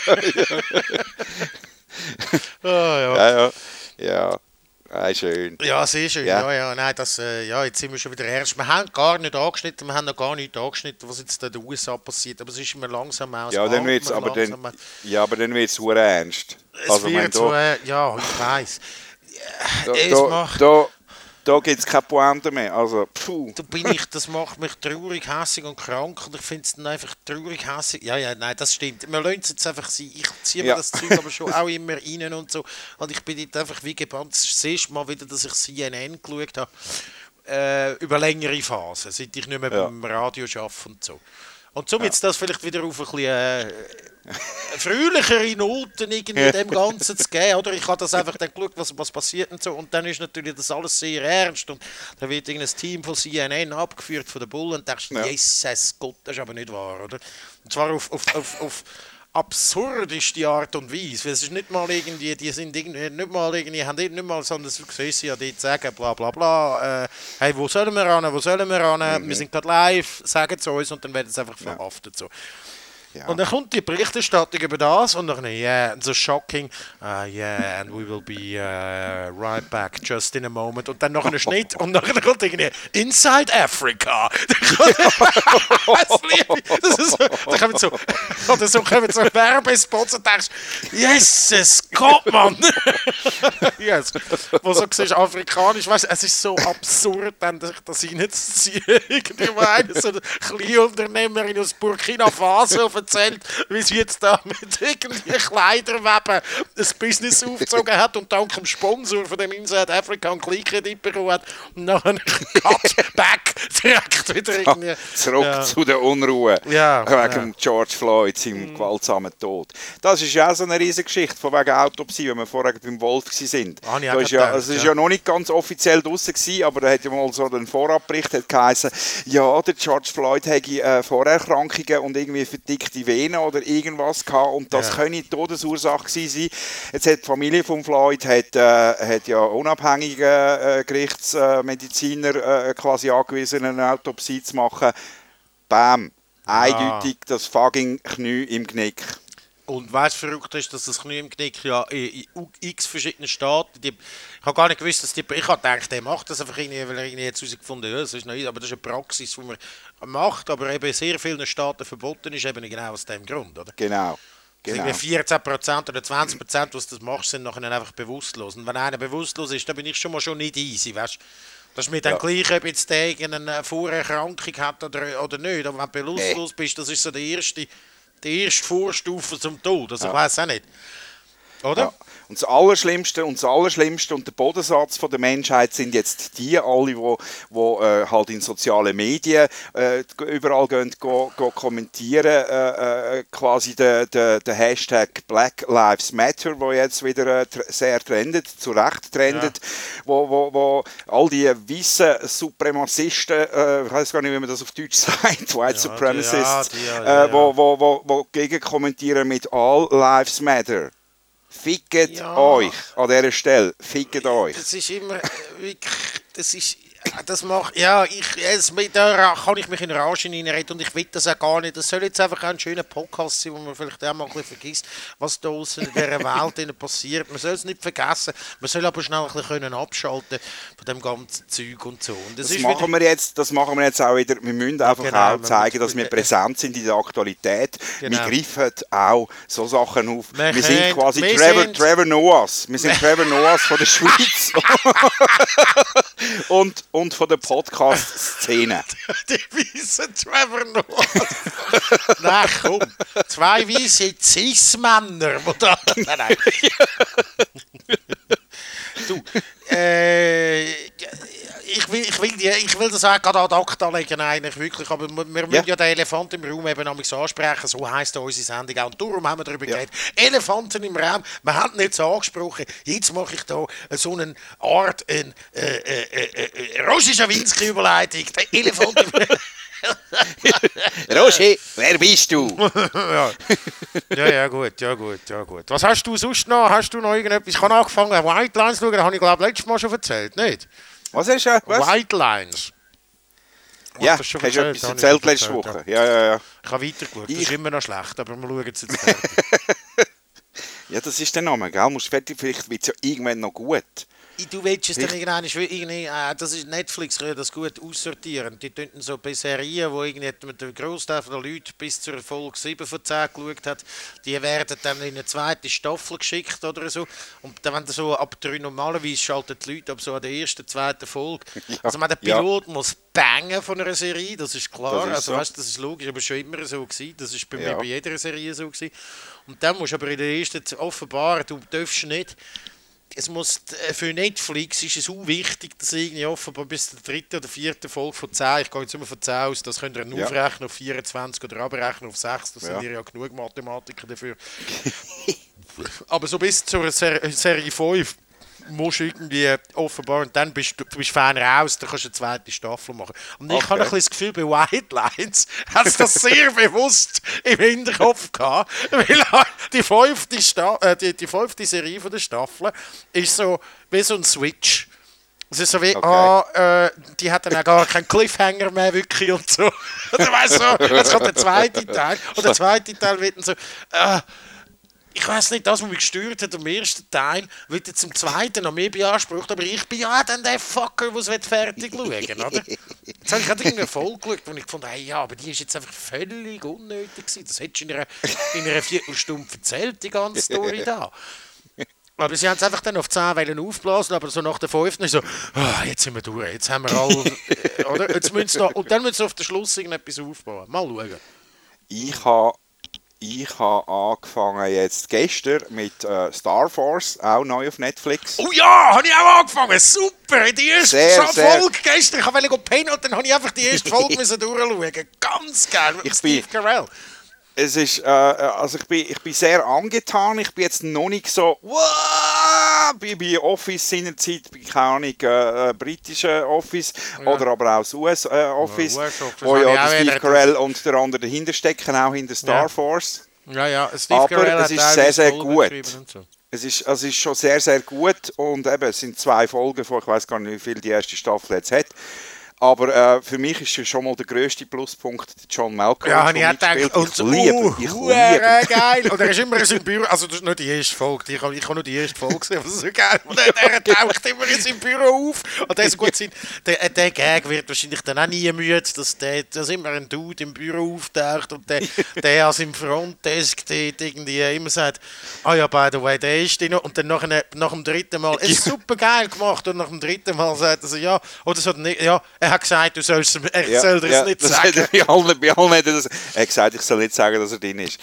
Ah, ja. ja, ja. Ja, ah, schön. Ja, sehr schön. Ja. Ja. Ja, nein, das, äh, ja, jetzt sind wir schon wieder ernst. Wir haben gar nicht angeschnitten, wir haben noch gar nicht angeschnitten, was jetzt in den U S A passiert. Aber es ist immer langsam aus. Ja, dann wird's, aber dann, ja, aber dann wird es hure ernst. Es Also, wird mein, so, da, äh, ja, ich weiss. da, es da, macht- da, da gibt es keine Pointe mehr. Also, puh. Da bin ich, das macht mich traurig, hässig und krank und ich finde es dann einfach traurig, hässig. Ja, ja, nein, das stimmt. Wir lassen es jetzt einfach sein. Ich ziehe mir Ja. das Zeug aber schon auch immer rein und so. Und ich bin jetzt einfach wie gebannt. Das ist das erste Mal wieder, dass ich C N N geschaut habe. Äh, über längere Phasen, seit ich nicht mehr Ja. beim Radio arbeite und so. Und somit jetzt das vielleicht wieder auf ein bisschen äh, fröhlichere Noten irgendwie dem Ganzen zu geben. Oder ich habe das einfach dann geschaut, was, was passiert und so. Und dann ist natürlich das alles sehr ernst. Und da wird irgendein Team von C N N abgeführt von den Bullen. Und denkst, Ja. Jesus Gott, das ist aber nicht wahr, oder? Und zwar auf, auf, auf, auf absurdeste Art und Weise. Weil es ist nicht mal irgendwie, die sind irgendwie, nicht mal irgendwie, haben nicht mal, sondern du siehst sie ja dort sagen, bla bla bla, äh, hey, wo sollen wir ran, wo sollen wir ran, Mhm. wir sind gerade live, sagen es uns und dann werden sie einfach verhaftet. So. Ja. Und dann kommt die Berichterstattung über das und dann, yeah, so shocking, uh, yeah, and we will be uh, right back, just in a moment. Und dann noch ein Schnitt und dann kommt irgendwie Inside Africa. Das liebe ich. Das ist so, da kommen so, oder so kommen so Werbespots und denkst, Jesus Gott, Mann! Yes. Wo so siehst, afrikanisch, weißt, es ist so absurd, dann sich das reinzuziehen. Irgendwie meine, so eine Kleinunternehmerin aus Burkina Faso erzählt, wie sie jetzt da mit irgendwie Kleiderweben ein Business aufgezogen hat und dank dem Sponsor von dem Inside Africa einen Kleinkredit bekommen hat und nachher Cut back direkt wieder irgendwie. Zurück ja. zu der Unruhe. Ja, wegen ja. George Floyd, seinem mm. gewaltsamen Tod. Das ist ja auch so eine riesige Geschichte, von wegen Autopsie, wenn wir vorher beim Wolf waren. Ah, da ist ja, es war ja. ja noch nicht ganz offiziell draussen gewesen, aber da hat ja mal so den Vorabbericht hat geheißen, ja, der George Floyd hätte äh, Vorerkrankungen und irgendwie verdickte Venen oder irgendwas gehabt und das ja. könnte die Todesursache gewesen sein. Jetzt hat die Familie von Floyd hat, äh, hat ja unabhängige äh, Gerichtsmediziner äh, quasi angewiesen, eine Autopsie zu machen. Bam! Eindeutig ja. das fucking Knie im Knick. Und weißt du, verrückt ist, dass das Knie im Knick ja in, in x verschiedenen Staaten, die, ich habe gar nicht gewusst, dass die, ich habe gedacht, der macht das einfach irgendwie, weil er irgendwie jetzt herausgefunden hat, ja, das ist nicht, aber das ist eine Praxis, die man macht, aber eben in sehr vielen Staaten verboten ist, eben genau aus dem Grund, oder? Genau. Genau. Also vierzehn Prozent oder zwanzig Prozent, was du das machst, sind nachher einfach bewusstlos. Und wenn einer bewusstlos ist, dann bin ich schon mal schon nicht easy, weißt du? Das ist mir dann ja. gleich, ob jetzt der irgendeine Vorerkrankung hat oder, oder nicht. Aber wenn du bewusstlos bist, das ist so die erste, die erste Vorstufe zum Tod. Also ja. ich weiß auch nicht. Oder? Ja. Und das Allerschlimmste und das Allerschlimmste und der Bodensatz von der Menschheit sind jetzt die alle, die wo, wo, äh, halt in sozialen Medien äh, überall gehen, go, go kommentieren, äh, äh, quasi den de, de Hashtag Black Lives Matter, wo jetzt wieder äh, sehr trendet, zu Recht trendet, ja. wo, wo, wo all die weißen Supremacisten, äh, ich weiß gar nicht, wie man das auf Deutsch sagt, White ja, Supremacists, die, ja, die, ja, äh, wo, wo, wo, wo gegen kommentieren mit All Lives Matter. Fickt ja. euch an dieser Stelle. Fickt euch. Das ist immer wirklich, das ist, das macht, ja, ich, es, da kann ich mich in Rage hineinreden und ich will das auch gar nicht. Das soll jetzt einfach ein schöner Podcast sein, wo man vielleicht auch mal ein bisschen vergisst, was da außen in dieser Welt passiert. Man soll es nicht vergessen, man soll aber schnell ein bisschen abschalten von dem ganzen Zeug und so. Und das das, ist machen wir jetzt, das machen wir jetzt auch wieder. Wir müssen einfach ja, genau, auch zeigen, dass wir präsent sind in der Aktualität. Genau. Wir greifen auch so Sachen auf. Wir, wir sind quasi wir Trevor, sind Trevor Noahs. Wir sind Trevor Noahs von der Schweiz. und und von der Podcast-Szene. Die weißen Trevor Noah. Nein, komm. Zwei weiße Cis-Männer, die da... Nein, nein. Du, äh... Ich will, ich, will die, ich will das auch gerade an den Akt anlegen, eigentlich wirklich, aber wir müssen ja, ja den Elefant im Raum eben ansprechen, so heisst unsere Sendung auch. Und darum haben wir darüber ja. geredet. Elefanten im Raum, wir haben nicht so angesprochen, jetzt mache ich da so eine Art, eine äh, äh, äh, Roger Schawinski-Überleitung, der Elefant im Raum. Roger, wer bist du? ja. ja, ja, gut, ja, gut, ja, gut. Was hast du sonst noch? Hast du noch irgendetwas? Ich habe angefangen, White Lines zu schauen, das habe ich, glaube ich, letztes Mal schon erzählt, nicht? Was hast du? Was? White Lines. Ja, hast du etwas erzählt letzte Woche? Ja, ja, ja. Ich habe weitergeschaut, das ist immer noch schlecht, aber wir schauen es jetzt fertig. Ja, das ist der Name, gell? Musst fertig, vielleicht wird es ja irgendwann noch gut. Du willst es dann irgendwann, äh, das ist Netflix, kann das gut aussortieren. Die tun so bei Serien, wo irgendwie mit dem Großteil der Leute bis zur Folge sieben von zehn geschaut hat, die werden dann in eine zweite Staffel geschickt oder so. Und dann, wenn so ab drei normalerweise schalten die Leute ab so an der ersten, zweiten Folge. Ja, also man, der Pilot ja. muss bangen von einer Serie, das ist klar. Das ist also so. Weißt, das ist logisch, aber schon immer so gewesen. Das ist bei ja. mir bei jeder Serie so gewesen. Und dann musst du aber in der ersten offenbar, du darfst nicht. Es muss, für Netflix ist es auch wichtig, dass irgendwie offenbar bis zur dritten oder vierten Folge von zehn, ich gehe jetzt immer von zehn aus, das könnt ihr nur ja. aufrechnen auf vierundzwanzig oder abrechnen auf sechs, das ja. sind ihr ja genug Mathematiker dafür. Aber so bis zur Ser- Serie fünf musst du irgendwie offenbar, und dann bist du, du bist Fan raus, dann kannst du eine zweite Staffel machen. Und ich okay. habe ein bisschen das Gefühl, bei White Lines hat es das sehr bewusst im Hinterkopf gehabt, weil die fünfte, Sta- äh, die, die fünfte Serie von der Staffel ist so wie so ein Switch. Es ist so wie, Okay. ah, äh, die hat dann auch gar keinen Cliffhanger mehr wirklich und so. Also weißt du, jetzt kommt der zweite Teil. Und der zweite Teil wird dann so, äh, ich weiß nicht, das, was mich gestört hat am ersten Teil, wird jetzt zum zweiten noch mehr beansprucht, aber ich bin ja dann der Fucker, der es fertig schauen will, oder? Jetzt habe ich gerade irgendeine Folge geschaut, wo ich gefunden habe, hey, ja, aber die ist jetzt einfach völlig unnötig gewesen. Das hättest du in einer, in einer Viertelstunde erzählt, die ganze Story da. Aber sie haben es einfach dann auf zehn Wellen aufgeblasen, aber so nach der fünften ist so, ah, jetzt sind wir durch, jetzt haben wir alle, äh, oder? Jetzt müssen sie noch, und dann müssen sie auf den Schluss irgendetwas aufbauen. Mal schauen. Ich habe ich ha angefangen jetzt gestern mit äh, Star Force, auch neu auf Netflix. Oh ja, habe ich auch angefangen, super, die erste Sehr, sehr- Folge gestern, ich wollte pennen und dann habe ich einfach die erste Folge müssen durchschauen. Ganz geil, mit Ich Steve bin- Carell. Es ist, äh, also ich bin, ich bin sehr angetan. Ich bin jetzt noch nicht so, wow, bei, bei Office seinerzeit, bei keine Ahnung, äh, äh, britischen Office Ja. oder aber auch das U S äh, Office, Ja, U S Office wo habe ja ich der auch Steve wieder- Carell und der andere dahinter stecken, auch hinter Star Ja. Force. Ja, ja, Steve Aber Carell es hat ist teilweise sehr, sehr Folgen gut. geschrieben und so. Es ist, es ist schon sehr, sehr gut und eben, es sind zwei Folgen von, ich weiß gar nicht, wie viel die erste Staffel jetzt hat. Aber äh, für mich ist es schon mal der grösste Pluspunkt der John Malkovich, Ja, habe ich der auch gedacht. mitspielt. Und Ich so, liebe, uh, ich huere liebe. geil. Und er ist immer in seinem Büro, also das ist nicht die erste Folge, ich habe ich habe nur die erste Folge gesehen, aber das ist so geil. Und er, er taucht immer in seinem Büro auf. Und der ist gut sein. Der, der Gag wird wahrscheinlich dann auch nie müde, dass, der, dass immer ein Dude im Büro auftaucht und der, der an seinem Frontdesk dort irgendwie immer sagt, ah ja, by the way, der ist noch. Und dann nach, einer, nach dem dritten Mal, es ist super geil gemacht. Und nach dem dritten Mal sagt er so, ja, oder so, nicht, ja, er hat gesagt, du sollst, er Ja, soll dir ja, es nicht das sagen. hat er bei allen, bei allen hat er, das, er hat gesagt, ich soll nicht sagen, dass er drin ist.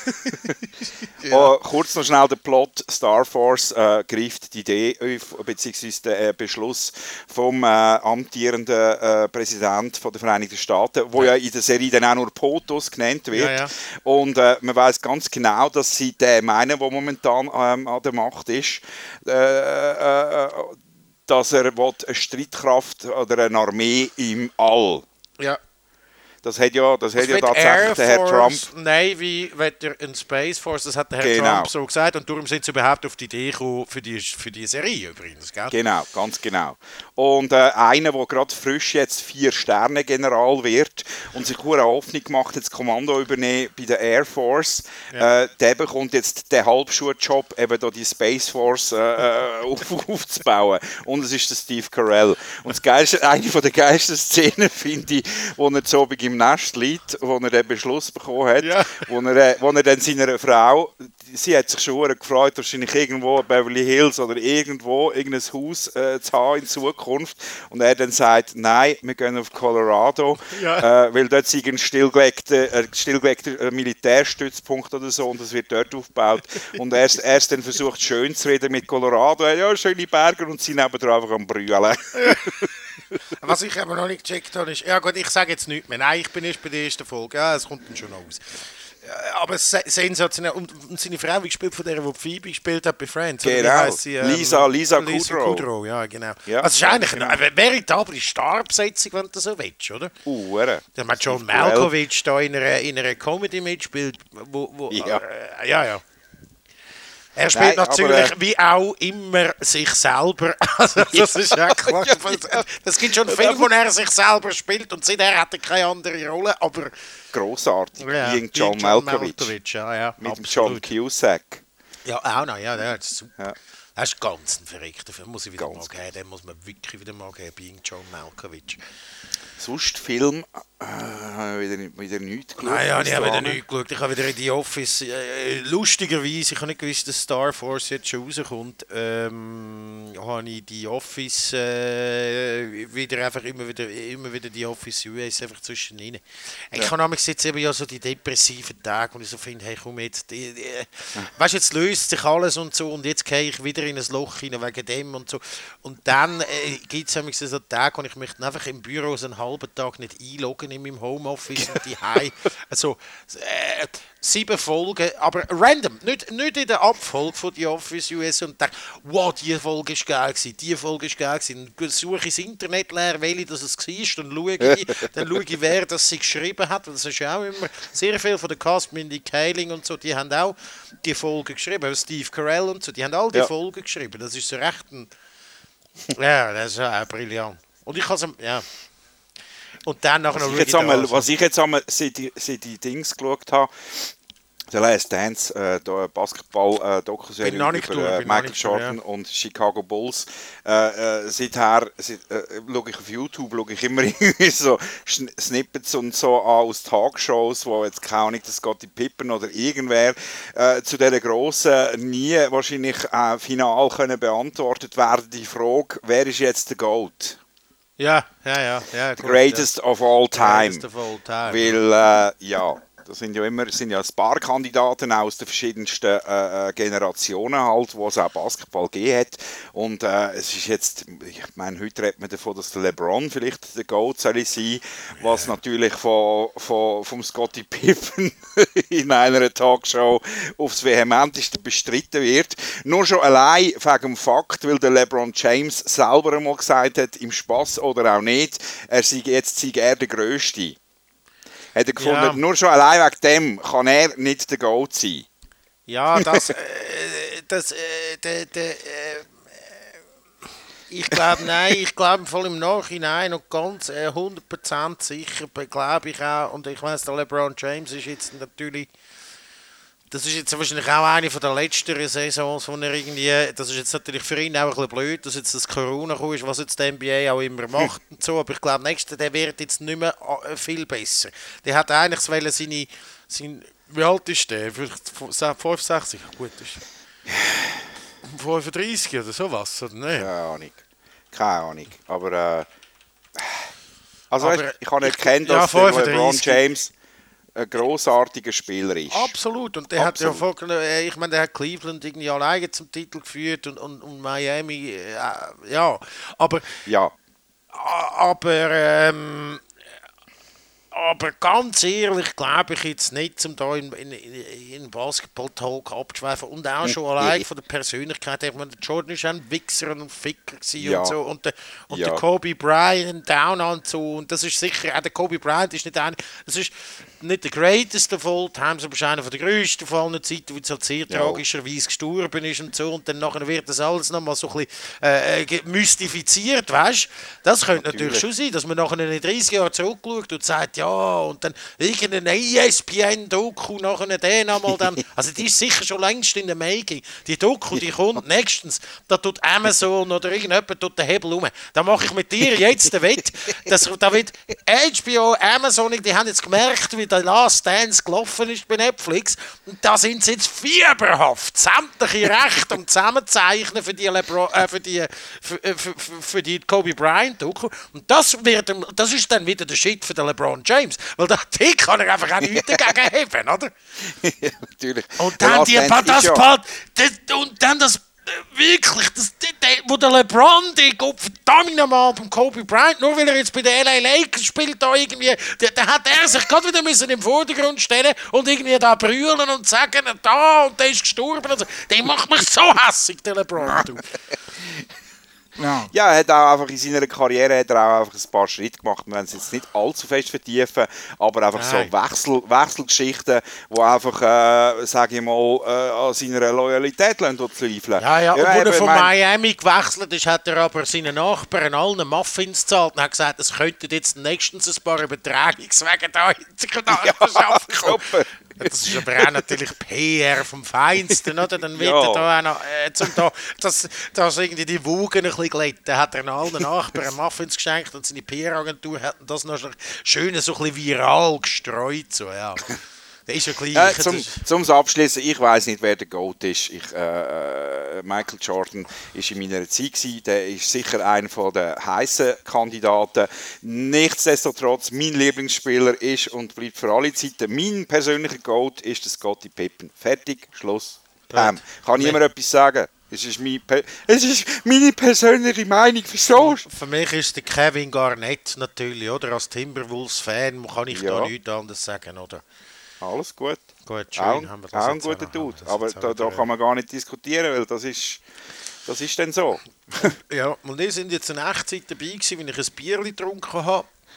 Oh, kurz noch schnell der Plot. Star Force äh, greift die Idee auf, beziehungsweise den äh, Beschluss vom äh, amtierenden äh, Präsident von der Vereinigten Staaten, wo ja. in der Serie dann auch nur POTUS genannt wird. Ja, ja. Und äh, man weiß ganz genau, dass sie den meinen, der momentan ähm, an der Macht ist, äh, äh, dass er will eine Streitkraft oder eine Armee im All. Ja. Das hat ja, das hat Es ja wird tatsächlich Air der Herr Trump. Force, Navy, wird er in Space Force, das hat der Herr Genau. Trump so gesagt und darum sind sie überhaupt auf die Idee gekommen für die, für die Serie übrigens, gell? Genau, ganz genau. Und äh, einer, der gerade frisch jetzt Vier-Sterne-General wird und sich eine Hoffnung gemacht hat, das Kommando übernehmen bei der Air Force, Ja. äh, der bekommt jetzt den Halbschuhjob, eben da die Space Force äh, äh, auf, aufzubauen. Und es ist der Steve Carell. Und das Geilste, eine von der geilsten Szenen finde ich, wo er so im Nest liegt, wo er den Beschluss bekommen hat, Ja. wo, er, äh, wo er dann seiner Frau, sie hat sich schon gefreut, wahrscheinlich irgendwo in Beverly Hills oder irgendwo irgendein Haus äh, zu haben in Zukunft. Und er dann sagt, nein, wir gehen auf Colorado, Ja. äh, weil dort ist ein stillgelegter, äh, stillgelegter äh, Militärstützpunkt oder so und das wird dort aufgebaut. Und er ist- er ist dann versucht, schön zu reden mit Colorado, ja, schöne Berge und sie nebenan einfach am Brüllen. Was ich aber noch nicht gecheckt habe, ist, ja gut, ich sage jetzt nichts mehr. Nein, ich bin erst bei der ersten Folge. Ja, es kommt dann schon aus. Ja, aber se- sensationell. Und, und seine Frau, wie gespielt von der, die Phoebe gespielt hat bei Friends. oder wie Genau. heisst sie, ähm, Lisa- Lisa Lisa Kudrow. Kudrow, ja, genau. Ja, also es ist eigentlich genau. eine veritable Starbesetzung, wenn du so willst, oder? Uhren. Der hat John Steve Carell. Malkovich da in einer, in einer Comedy mitspielt, wo, wo Ja. Äh, ja, ja. Er spielt Nein, natürlich aber, äh, wie auch immer sich selber. Also das ist ja klar. Es gibt schon Filme, wo er sich selber spielt und seither hat er keine andere Rolle, aber Grossartig, ja, wie John, wie Malkovich. ja, ja, Mit dem John absolut. Cusack. Ja, auch noch, ja, der ist super. Ja. Das ist ganz ein verrückter Film, muss ich wieder Ganz mal geben. Den muss man wirklich wieder mal geben, Being John Malkovich. Sonst Film äh, habe ich wieder, wieder nichts geschaut. Nein, ja, ich habe wieder bis dahin. nichts geschaut. Ich habe wieder in die Office. Äh, lustigerweise, ich habe nicht gewusst, dass Star Force jetzt schon rauskommt. Ähm, habe ich die Office äh, wieder einfach immer wieder, immer wieder die Office U S einfach zwischen rein. Ich Ja. habe nämlich jetzt eben ja so die depressiven Tage, wo ich so finde, hey, komm jetzt, die, die, weißt, jetzt löst sich alles und so und jetzt gehe ich wieder in ein Loch hinein wegen dem und so. Und dann äh, gibt es nämlich so Tage, wo ich möchte einfach im Büro so einen halben Tag nicht einloggen in meinem Homeoffice und die Hause. Also äh, sieben Folgen, aber random, nicht, nicht in der Abfolge von The Office U S und denke, wow, die Folge ist geil gewesen, die Folge ist geil gewesen. Dann suche ich das Internet leer, welche das es war, dann schaue ich, dann schaue ich, wer das sie geschrieben hat, weil das ist ja auch immer, sehr viel von der Cast, Mindy Kaling und so, die haben auch die Folge geschrieben, Steve Carell und so, die haben all die Ja. Folgen geschrieben, das ist so recht ein Ja, das ist ja auch brillant. Und ich kann ja. Und dann nachher Was noch ich jetzt einmal, was ich jetzt einmal seit ich, seit ich Dings geschaut habe, The Last Dance, äh, Basketball-Dokuserie Bin noch über nicht durch, äh, bin noch Michael nicht durch, Jordan ja. und Chicago Bulls. Äh, äh, seither seit, äh, schaue ich auf YouTube schaue ich immer irgendwie so Schn- Snippets und so an aus Talkshows, wo jetzt keine Ahnung, das Scottie Pippen oder irgendwer äh, zu dieser grossen, nie wahrscheinlich äh, final können beantwortet werden, die Frage, wer ist jetzt der GOAT? Ja, ja, ja, ja, The gut. greatest Ja. of all Greatest time. of all time. Weil, äh, ja, das sind ja immer sind ja ein paar Kandidaten aus den verschiedensten äh, äh, Generationen halt, wo es auch Basketball gegeben hat. Und äh, es ist jetzt, ich meine, heute redet man davon, dass der LeBron vielleicht der GOAT soll sein, was natürlich von, von, vom Scottie Pippen in einer Talkshow aufs vehementeste bestritten wird. Nur schon allein wegen dem Fakt, weil der LeBron James selber einmal gesagt hat, im Spaß oder auch nicht, er sei jetzt sei er der Größte. Hat er gefunden, Ja. nur schon allein wegen dem kann er nicht der GOAT sein. Ja, das, äh, das, äh, de, de, äh, ich glaube, nein, ich glaube voll im Nachhinein und ganz äh, hundert Prozent sicher, glaube ich auch, und ich weiß, der LeBron James ist jetzt natürlich, das ist jetzt wahrscheinlich auch eine von der letzteren Saisons, wo er irgendwie, das ist jetzt natürlich für ihn auch ein bisschen blöd, dass jetzt das Corona gekommen ist, was jetzt die N B A auch immer macht und so, aber ich glaube, nächste, der wird jetzt nicht mehr äh, viel besser. Der hat eigentlich wollen seine, sein, wie alt ist der? Vielleicht fünfundsechzig? Gut, ist fünfunddreißig oder sowas, oder nicht? Keine Ahnung. Keine Ahnung. Aber, äh, also Aber weißt, ich kann ich- erkennen, ja, dass der LeBron fünfunddreißig. James ein grossartiger Spieler ist. Absolut, und der hat ja Absolut. voll, äh, ich meine, der hat Cleveland irgendwie alleine zum Titel geführt und, und, und Miami, äh, ja, aber, Ja. aber, ähm, aber ganz ehrlich glaube ich jetzt nicht, um da in, in, in Basketball-Talk abzuschweifen und auch schon allein von der Persönlichkeit. Ich meine, der Jordan ist ein Wichser und ein Ficker gewesen Ja. und so und der, und Ja. der Kobe Bryant down und so und das ist sicher, auch der Kobe Bryant ist nicht einer, das ist nicht der greatest of all times, aber ist einer von der grössten von allen Zeiten, weil es halt sehr Ja. tragischerweise gestorben ist und so und dann nachher wird das alles nochmal so ein bisschen äh, ge- mystifiziert, weißt du? Das könnte natürlich. Natürlich. schon sein, dass man nachher in dreißig Jahren zurückschaut und sagt, ja, und dann irgendein E S P N-Doku nachher den einmal dann, also die ist sicher schon längst in der Making. Die Doku, die kommt nächstens, da tut Amazon oder irgendjemand tut den Hebel um. Da mache ich mit dir jetzt den Wett, dass da wird H B O, Amazon, die haben jetzt gemerkt, wie der Last Dance gelaufen ist bei Netflix und da sind sie jetzt fieberhaft, sämtliche Rechte am Zusammenzeichnen für die, Lebron, äh, für die, für, äh, für, für, für die Kobe Bryant Doku und das, wird, das ist dann wieder der Shit für den LeBron James, weil da die kann er einfach auch nichts dagegen heben, oder? Ja, natürlich. Und Der dann Last die, Dance das ist ja- Part, das, und dann das, äh, wirklich, das, der, der- wo der LeBron, der geht verdammt nochmal beim Kobe Bryant, nur weil er jetzt bei den L A Lakers spielt, da irgendwie, der, der hat er sich gerade wieder müssen im Vordergrund stellen und irgendwie da brüllen und sagen, da, und der ist gestorben und so. Der macht mich so hässig, der LeBron. Du. Ja. Ja, er hat auch einfach in seiner Karriere hat er auch einfach ein paar Schritte gemacht. Wir werden es jetzt nicht allzu fest vertiefen, aber einfach Nein. so Wechsel, Wechselgeschichten, die einfach, äh, sage ich mal, äh, an seiner Loyalität lassen und zweifeln. Ja, ja, und wo eben, er von ich mein- Miami gewechselt ist, hat er aber seinen Nachbarn allen Muffins gezahlt und hat gesagt, es könnten jetzt nächstens ein paar Übertragungswege da hinter Ja, verschaffen kommen. super. Das ist aber auch natürlich P R vom Feinsten, oder? Dann wird Ja. er da auch noch, äh, zum da, dass, dass irgendwie die Wogen ein bisschen glätten, hat er allen Nachbarn Muffins geschenkt und seine P R-Agentur hat das noch schön so ein bisschen viral gestreut, so, ja. Der ist ja gleich. Äh, das zum ist- zum Abschließen, ich weiß nicht, wer der GOAT ist. Ich, äh, Michael Jordan ist in meiner Zeit gewesen. Der ist sicher einer von der heißen Kandidaten. Nichtsdestotrotz, mein Lieblingsspieler ist und bleibt für alle Zeiten mein persönlicher GOAT ist der Scottie Pippen. Fertig, Schluss. Pam. Kann niemand etwas sagen? Es ist, mein, Per- es ist meine persönliche Meinung, verstehst du? Für mich ist der Kevin Garnett natürlich, oder? Als Timberwolves-Fan kann ich Ja. da nichts anderes sagen, oder? Alles gut. Gut, schön, Auch, haben wir das auch ein jetzt guter auch- Dude. haben wir das Aber jetzt auch da, da wieder- kann man gar nicht diskutieren, weil das ist, das ist dann so. Ja, und wir sind jetzt eine Echtzeit dabei gewesen, wenn ich ein Bierli getrunken habe.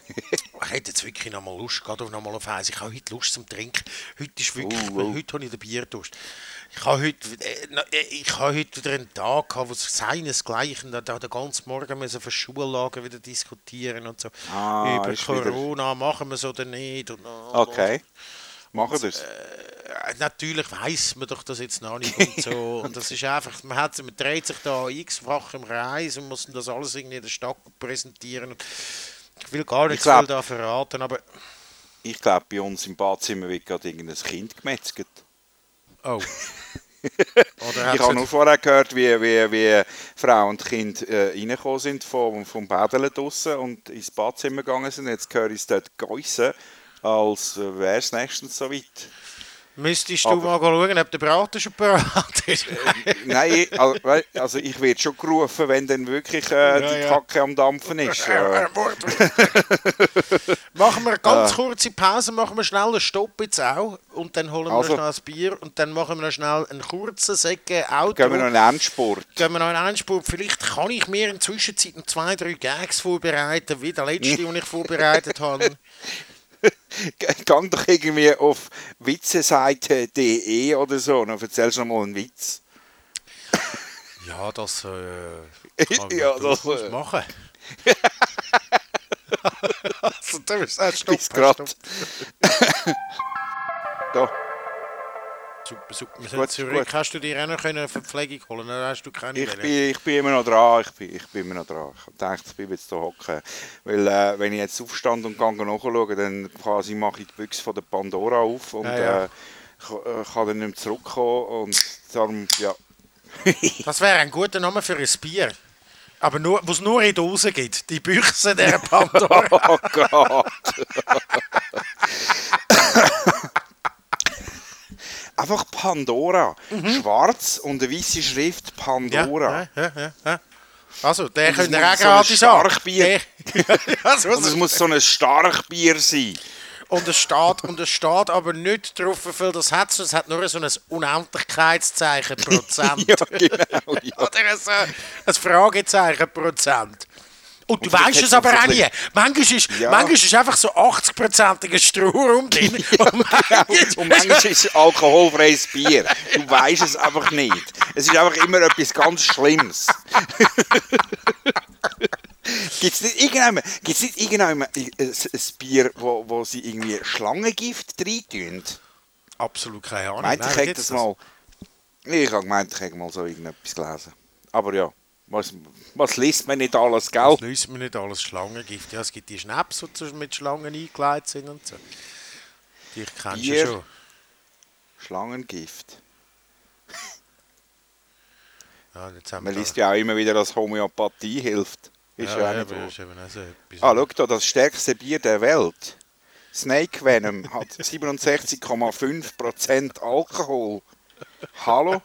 Ich hätte jetzt wirklich noch mal Lust, gerade noch mal auf eins. Ich habe heute Lust zum Trinken. Heute ist wirklich, Uh, uh. heute habe ich den Bierdurst. Ich habe heute, äh, na, äh, ich habe heute wieder einen Tag gehabt, wo es seinesgleichen, da, da den ganzen Morgen müssen für Schullagen wieder diskutieren und so. Ah, Über ist wieder- Corona, machen wir es oder nicht. Und, Okay, machen wir das. äh, natürlich weiss man doch das jetzt noch nicht und so. Und das ist einfach, man, hat, man dreht sich da x-fach im Kreis und muss das alles irgendwie in der Stadt präsentieren. Und ich will gar nicht Ich zu glaub- viel da verraten, aber... Ich glaube, bei uns im Badzimmer wird gerade irgendein Kind gemetzelt. Oh. Oder Ich habe nur vorher gehört, wie, wie, wie Frau und Kind äh, reingekommen sind vom, vom Bädeln draussen und ins Badzimmer gegangen sind. Jetzt höre ich es dort geissen, als äh, wäre es nächstens so weit. Müsstest du Aber- mal schauen, ob der Braten schon parat ist? Nein, also, wei- also ich werde schon gerufen, wenn dann wirklich äh, die ja. Kacke am Dampfen ist. Äh, Machen wir eine ganz kurze Pause, machen wir schnell einen Stopp jetzt auch und dann holen wir Also. noch schnell ein Bier und dann machen wir noch schnell einen kurzen Säcke Auto. gehen wir noch in den Endspurt. Gehen wir noch in den Endspurt. Vielleicht kann ich mir in der Zwischenzeit noch zwei, drei Gags vorbereiten, wie der letzte, den ich vorbereitet habe. Gang doch irgendwie auf witzeseite punkt de oder so und erzählst noch mal einen Witz. Ja, das äh, kann man Ja, durchaus das, äh, machen. Also, du hast gesagt, stopp, Bis grad. stopp. Da. Super, super. Wir sind Gut, zurück. gut. Hast du dir auch noch eine Verpflegung holen? Oder hast du keine Ich wollen? bin, ich bin immer noch dran, ich bin, ich bin immer noch dran. Ich dachte, ich bleibe jetzt hier hocken. Weil äh, wenn ich jetzt aufstand und gehe nachschauen, dann quasi mache ich die Büchse von der Pandora auf und Ja, ja. Äh, ich, äh, kann dann nicht mehr zurückkommen. Und darum, ja. Das wäre ein guter Name für ein Bier. Aber nur, wo es nur in Dosen gibt. Die Büchse der Pandora. Oh Gott. Einfach Pandora. Schwarz und eine weiße Schrift Pandora. Ja, ja, ja, ja. Also, der Und es könnt ihr auch muss so ein gratis haben. Starkbier- Der- Ja, so- Und es muss so ein Starkbier sein. Und es steht, und es steht aber nicht drauf, wie viel das hat, sondern es hat nur so ein Unendlichkeitszeichen Prozent. Ja, genau. Ja. Oder so ein Fragezeichen Prozent. Und du vielleicht weißt hat es es aber so auch ein nie. bisschen- Manchmal ist, Ja. manchmal ist einfach so achtzig-prozentiger Strohraum drin. Und manchmal, Und manchmal ist es alkoholfreies Bier. Du weißt es einfach nicht. Es ist einfach immer etwas ganz Schlimmes. Gibt es nicht irgendjemand, gibt's nicht irgendjemand ein, ein Bier, wo, wo sie irgendwie Schlangengift reintun? absolut keine Ahnung. Meint, ich Nein, hätte gibt's das mal. Ich habe gemeint, ich hätte mal so irgendetwas gelesen. Aber ja, was, was liest man nicht alles, gell? Das liest man nicht alles Schlangengift. Ja, es gibt die Schnaps, die mit Schlangen eingelegt sind und so. Die kennst du Bier. schon. Schlangengift. Ja, jetzt haben Man wir liest ja auch immer wieder, dass Homöopathie hilft. da, Ist ja, ja, auch ja, nicht aber wahr. ist eben auch so etwas. Ah, schau da, das stärkste Bier der Welt. Snake Venom hat siebenundsechzig Komma fünf Prozent Alkohol. Hallo?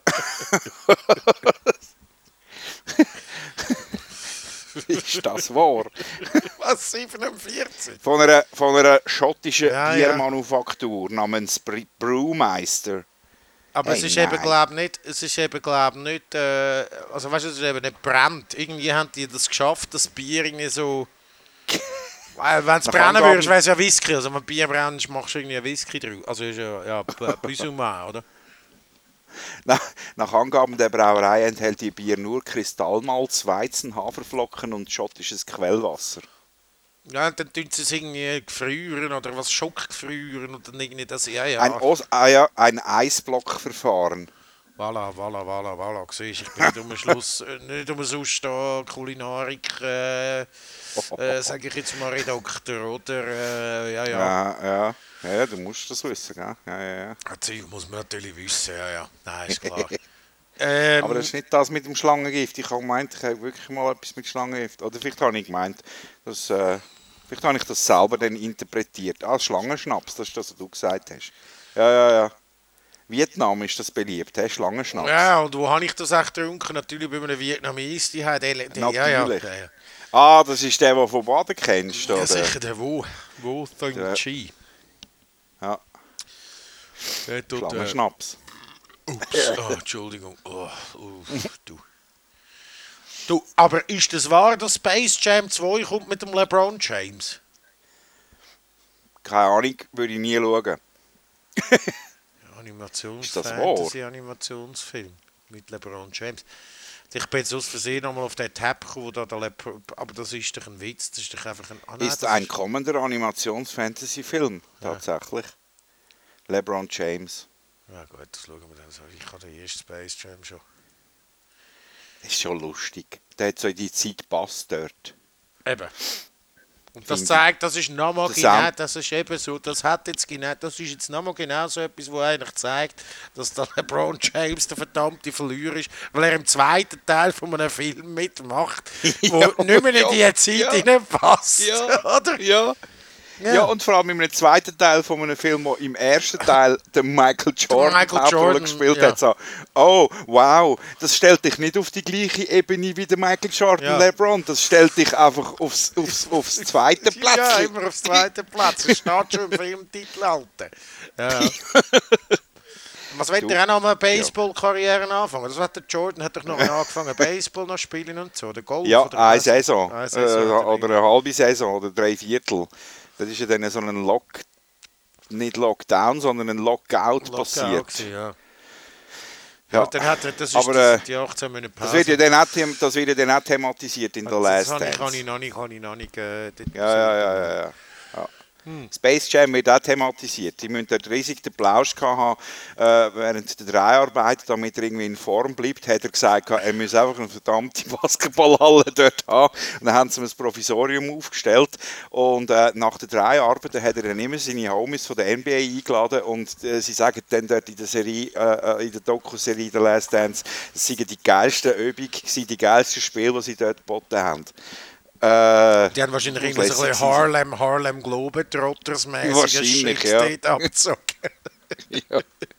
Ist das wahr? Was, siebenundvierzig? Von einer, von einer schottischen Ja, ja. Biermanufaktur namens Bre- Brewmeister. Aber Hey, es ist nein. eben, glaub nicht, es ist eben, glaub nicht, äh, also weißt du, es ist eben nicht brennt. Irgendwie haben die das geschafft, das Bier irgendwie so, weil wenn es Nach brennen Angaben- würdest, wäre es ja Whisky. Also wenn Bier brennst, machst du irgendwie einen Whisky drauf. Also ist ja, ja, Büsuman, oder? Nach, nach Angaben der Brauerei enthält ihr Bier nur Kristallmalz, Weizen, Haferflocken und schottisches Quellwasser. Ja, und dann tun sie es irgendwie gefrieren oder was Schock gefrieren und dann irgendwie das, ja, ja. Ein, Os ah, ja, ein Eisblockverfahren. Voilà, voilà, voilà, voilà. Siehst, ich bin nicht um Schluss, äh, nicht um sonst da Kulinarik, äh, äh, sage ich jetzt mal Redakteur, oder? Äh, ja, ja. Ja, ja. Ja, du musst das wissen, gell? Ja, ja, ja. Das Zeug muss man natürlich wissen, ja, ja. Nein, ist klar. ähm, Aber das ist nicht das mit dem Schlangengift. Ich habe gemeint, ich habe wirklich mal etwas mit Schlangengift. Oder vielleicht habe ich gemeint, dass, äh, vielleicht habe ich das selber dann interpretiert. Ah, Schlangenschnaps, das ist das, was du gesagt hast. Ja, ja, ja. Vietnam ist das beliebt, he? Schlangenschnaps. ja, und wo habe ich das echt getrunken? Natürlich bei einem Vietnames, die hat der, der, ja, ja, Natürlich. ja, ja. Ah, das ist der, den du von Baden kennst, Ja, oder? sicher, der Wo. Wo Thing Der- Chi. Ja, Der tut, äh, Schlangenschnaps. Ups, oh, Entschuldigung. Oh, oh, du. Du, aber ist das wahr, dass Space Jam zwei kommt mit dem LeBron James? keine Ahnung, würde ich nie schauen. Animations Ist das Fantasy-Animationsfilm mit LeBron James. Ich bin jetzt aus Versehen nochmal auf den Tab gekommen, wo da der LeBron, aber das ist doch ein Witz, das ist doch einfach ein... Ah, nein, Ist das ein ist, kommender Animations-Fantasy-Film, Ja. tatsächlich. LeBron James. Ja gut, das schauen wir dann so. Ich habe den ersten Space Jam schon. Das ist schon lustig. Der hat so in die Zeit gepasst dort. Eben. Und das Finde zeigt, das ist nochmal Das genau, Sam- das ist eben so, das hat jetzt genau, das ist jetzt nochmal genau so etwas, wo eigentlich zeigt, dass der LeBron James der verdammte Verlierer ist, weil er im zweiten Teil von einem Film mitmacht, wo Ja, nicht mehr in die ja, Zeit ja. hineinpasst, Ja. oder? Ja. Ja. und vor allem in einem zweiten Teil von einem Film, wo im ersten Teil der Michael Jordan Michael die Hauptrolle Jordan, gespielt ja. hat. So, oh, wow, das stellt dich nicht auf die gleiche Ebene wie der Michael Jordan, Ja. LeBron. Das stellt dich einfach aufs, aufs, aufs zweite Platz. Ja, immer aufs zweite Platz. Das steht schon im Filmtitel, Alter. Ja. Was will Du- der auch noch mal eine Baseball-Karriere anfangen? Das hat der Jordan hat doch noch angefangen, Baseball noch spielen und so, oder Golf? Ja, oder eine was? Saison. Eine Äh, Saison hat er oder eine halbe Saison oder drei Viertel. Das ist ja dann so ein Lock, nicht Lockdown, sondern ein Lockout, Lockout passiert. gewesen, ja. Ja, Ja. dann hat er, das ist Aber, das äh, sind die achtzehn Monate Das Pause. wird ja dann auch, them- das wird ja dann auch thematisiert in der das Last habe ich, habe ich Dance. noch nicht, habe ich noch nicht äh, dort Ja, ja, ja, ja, ja. ja. Space Jam wird auch thematisiert. Die müssen dort riesig den Plausch gehabt haben, äh, während der Dreharbeit, damit er irgendwie in Form bleibt, hat er gesagt, er müsse einfach eine verdammte Basketballhalle dort haben. Und dann haben sie ihm ein Provisorium aufgestellt und äh, nach der Dreharbeit hat er dann immer seine Homies von der N B A eingeladen und äh, sie sagen dann dort in der Serie, äh, in der Doku-Serie The Last Dance, das seien die geilsten Übungen gewesen, die geilsten Spiele, die sie dort geboten haben. Äh, Die haben wahrscheinlich muss irgendwie so ein lässig bisschen sein. Harlem, Harlem Globetrotters mäßiges Wahrscheinlich, Shit ja. dort abgezogen. Ja.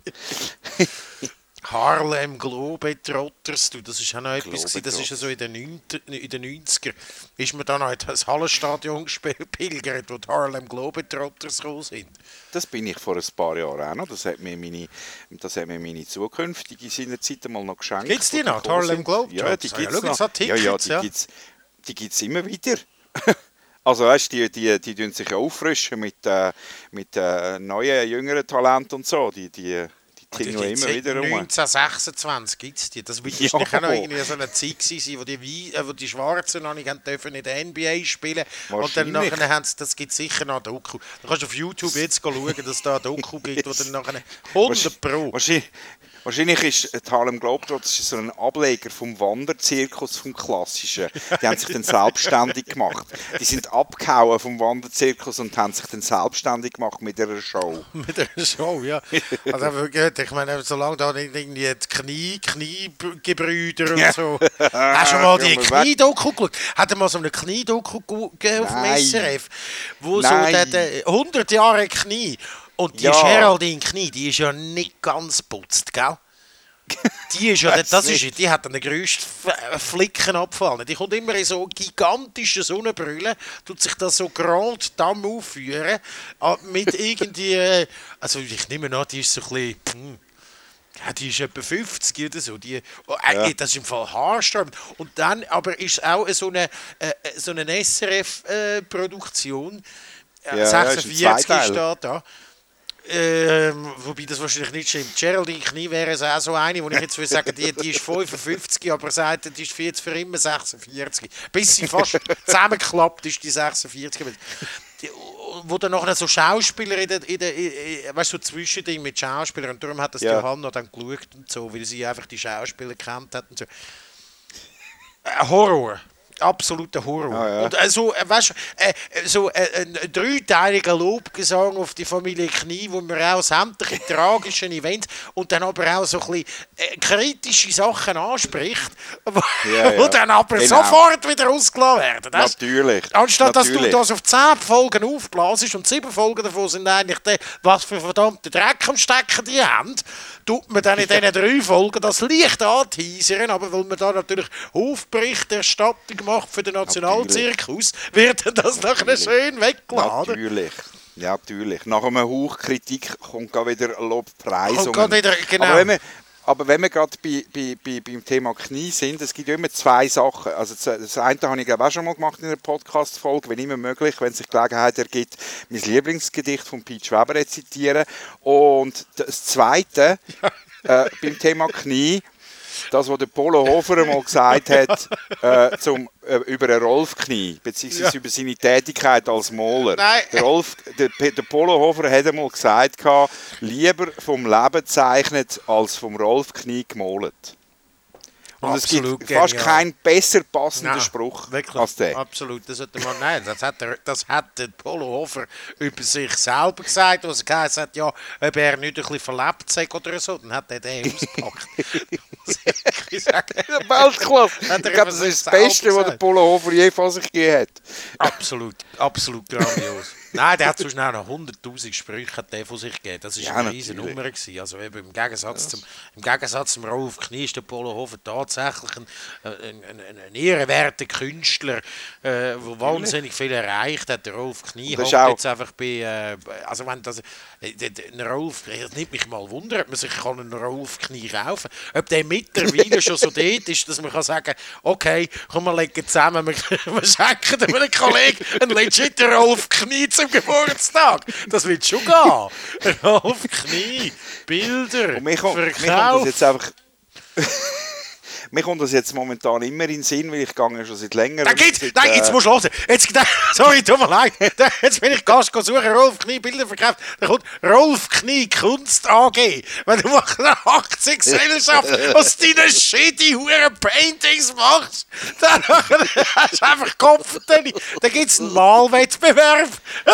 Harlem Globetrotters, du, das ist auch noch etwas gewesen, das ist ja Globetrotters. so in den, neunziger, in den neunziger, ist man da noch in das Hallenstadion gespielt, pilgert, wo die Harlem Globetrotters gekommen sind. Das bin ich vor ein paar Jahren auch noch. Das hat mir meine, das hat mir meine Zukünftige seinerzeit einmal noch geschenkt. Gibt's die wo noch, die gekommen Harlem sind. Globetrotters? Ja, die Ah ja, gibt's schau jetzt noch. an die Ja, ja, Tickets, die ja. gibt's, die gibt's immer wieder. Also weißt, die, die, die tun sich ja auffrischen mit, äh, mit äh, neuen, jüngeren Talenten und so. Die, die, die tingeln gibt's immer seit wieder rum. neunzehnhundertsechsundzwanzig gibt es die. Das wird Ja. wahrscheinlich auch noch irgendwie so eine Zeit sein, wo die, Wei- äh, wo die Schwarzen noch nicht haben dürfen in der N B A spielen. Und dann Wahrscheinlich. nachher haben sie, das gibt sicher noch ein Doku. Da kannst du auf YouTube jetzt schauen, dass es da ein Doku gibt, wo dann nachher hundert Pro. Wahrscheinlich, wahrscheinlich ist die Harlem Globetrotters so ein Ableger vom Wanderzirkus, vom Klassischen. Die haben sich dann selbstständig gemacht. Die sind abgehauen vom Wanderzirkus und haben sich dann selbstständig gemacht mit ihrer Show. Mit der Show, ja. Also aber gut, ich meine, solange da nicht irgendwie die Knie, Kniegebrüder und Ja. so. Hast du mal die Gehen wir weg. Kniedoku geschaut? Hat er mal so eine Kniedoku gu- gegeben auf dem Nein. S R F? Wo Nein. so der, der hundert Jahre Knie. Und die Ja. Geraldine Knie, die ist ja nicht ganz putzt, gell? Die ist ja, Weiss das nicht. ist, die hat den grössten F- Flicken abgefallen. Die kommt immer in so gigantischen Sonnenbrillen, tut sich das so Grand Dame aufführen, ah, mit irgendwie, äh, also ich nehme an, die ist so ein bisschen, hm, ja, die ist etwa fünfzig oder so. Die, oh, äh, Ja. Das ist im Fall haarsträubend. Und dann aber ist es auch so eine, äh, so eine S R F-Produktion. Äh, Ja, ja, ist ein sechsundvierzig Zweiteil. steht da. Ähm, wobei das wahrscheinlich nicht stimmt. Geraldine Knie wäre es auch so eine, wo ich jetzt würde sagen, die, die ist fünfundfünfzig, aber sagt, die ist jetzt für immer sechsundvierzig. Bis sie fast zusammenklappt, ist die sechsundvierzig. Aber die, wo dann nachher so Schauspieler in der, in der in, in, weißt du, so Zwischending mit Schauspielern, und darum hat das Ja. Johanna dann geschaut und so, weil sie einfach die Schauspieler kennt hat und so. Äh, Horror. Absoluter Horror. Ah, ja. Und äh, so, äh, weißt, du, äh, äh, so äh, ein dreiteiliger Lobgesang auf die Familie Knie, wo man auch sämtliche tragischen Events und dann aber auch so ein bisschen äh, kritische Sachen anspricht, wo, Ja, ja. wo dann aber Genau. sofort wieder ausgelassen werden. Das- Natürlich. Anstatt Natürlich. dass du das auf zehn Folgen aufblasest und sieben Folgen davon sind eigentlich die, was für verdammte Dreck am Stecken die haben, tut man dann in diesen drei Folgen das leicht anteasern, aber weil man da natürlich Hofberichterstattung macht für den Nationalzirkus, wird dann das nachher schön weggeladen. Natürlich. Ja, natürlich. Nach einem Hauch Kritik kommt gerade wieder Lobpreisung. Kommt gerade wieder, genau. Aber wenn wir, aber wenn wir gerade bei, bei, bei, beim Thema Knie sind, es gibt immer zwei Sachen. Also das eine habe ich glaube auch schon mal gemacht in einer Podcast-Folge, wenn immer möglich, wenn sich Gelegenheit ergibt, mein Lieblingsgedicht von Pete Schweber rezitieren. Und das Zweite, äh, beim Thema Knie, das, was der Polo Hofer einmal gesagt hat, äh, zum, äh, über einen Rolf Knie, beziehungsweise ja. über seine Tätigkeit als Maler. Der, Rolf, der, der Polo Hofer hat einmal gesagt, lieber vom Leben gezeichnet, als vom Rolf Knie gemalt. Und absolut es gibt fast genial. Keinen besser passenden nein, Spruch wirklich, als der. Absolut, das hat man, nein, das hat, der, das hat der Polo Hofer über sich selber gesagt, als er gesagt hat, ja, ob er nicht ein bisschen verlebt sei oder so, dann hat er den ausgepackt. Weltklasse! Ich glaube, das ist das Beste, was der Polo Hofer je von sich gegeben hat. Absolut, absolut grandios. Nein, der hat so schnell noch hunderttausend Sprüche hat der von sich gegeben. Das war ja, eine riesige Nummer gewesen. Also eben im Gegensatz, ja. zum, im Gegensatz zum Rolf Knie ist der Polo Hofer tatsächlich ein, ein, ein, ein ehrenwerter Künstler, der äh, wahnsinnig viel erreicht hat. Der Rolf Knie hat jetzt einfach bei, äh, also wenn das, äh, ein Rolf, das nimmt mich mal Wunder, ob man sich kann einen Rolf Knie kaufen kann. Ob der mittlerweile schon so dort ist, dass man kann sagen, okay, komm, wir legen zusammen, wir, wir schenken einem Kollegen einen legiten Rolf Knie zum Geburtstag. Das wird schon gehen. Rolf Knie, Bilder, und mich, Verkauf. Mich kommt das jetzt einfach... Mir kommt das jetzt momentan immer in den Sinn, weil ich gehe schon seit längerem... Da geht's, seit, nein, jetzt musst du hören. Jetzt, sorry, tut mir leid. Jetzt bin ich Gast suchen, Rolf Knie, Bilder verkauft. Da kommt Rolf Knie, Kunst A G. Wenn du machst eine Aktiengesellschaft aus deinen shitty huren Paintings machst, dann hast du einfach Kopf. Dann gibt es einen Malwettbewerb.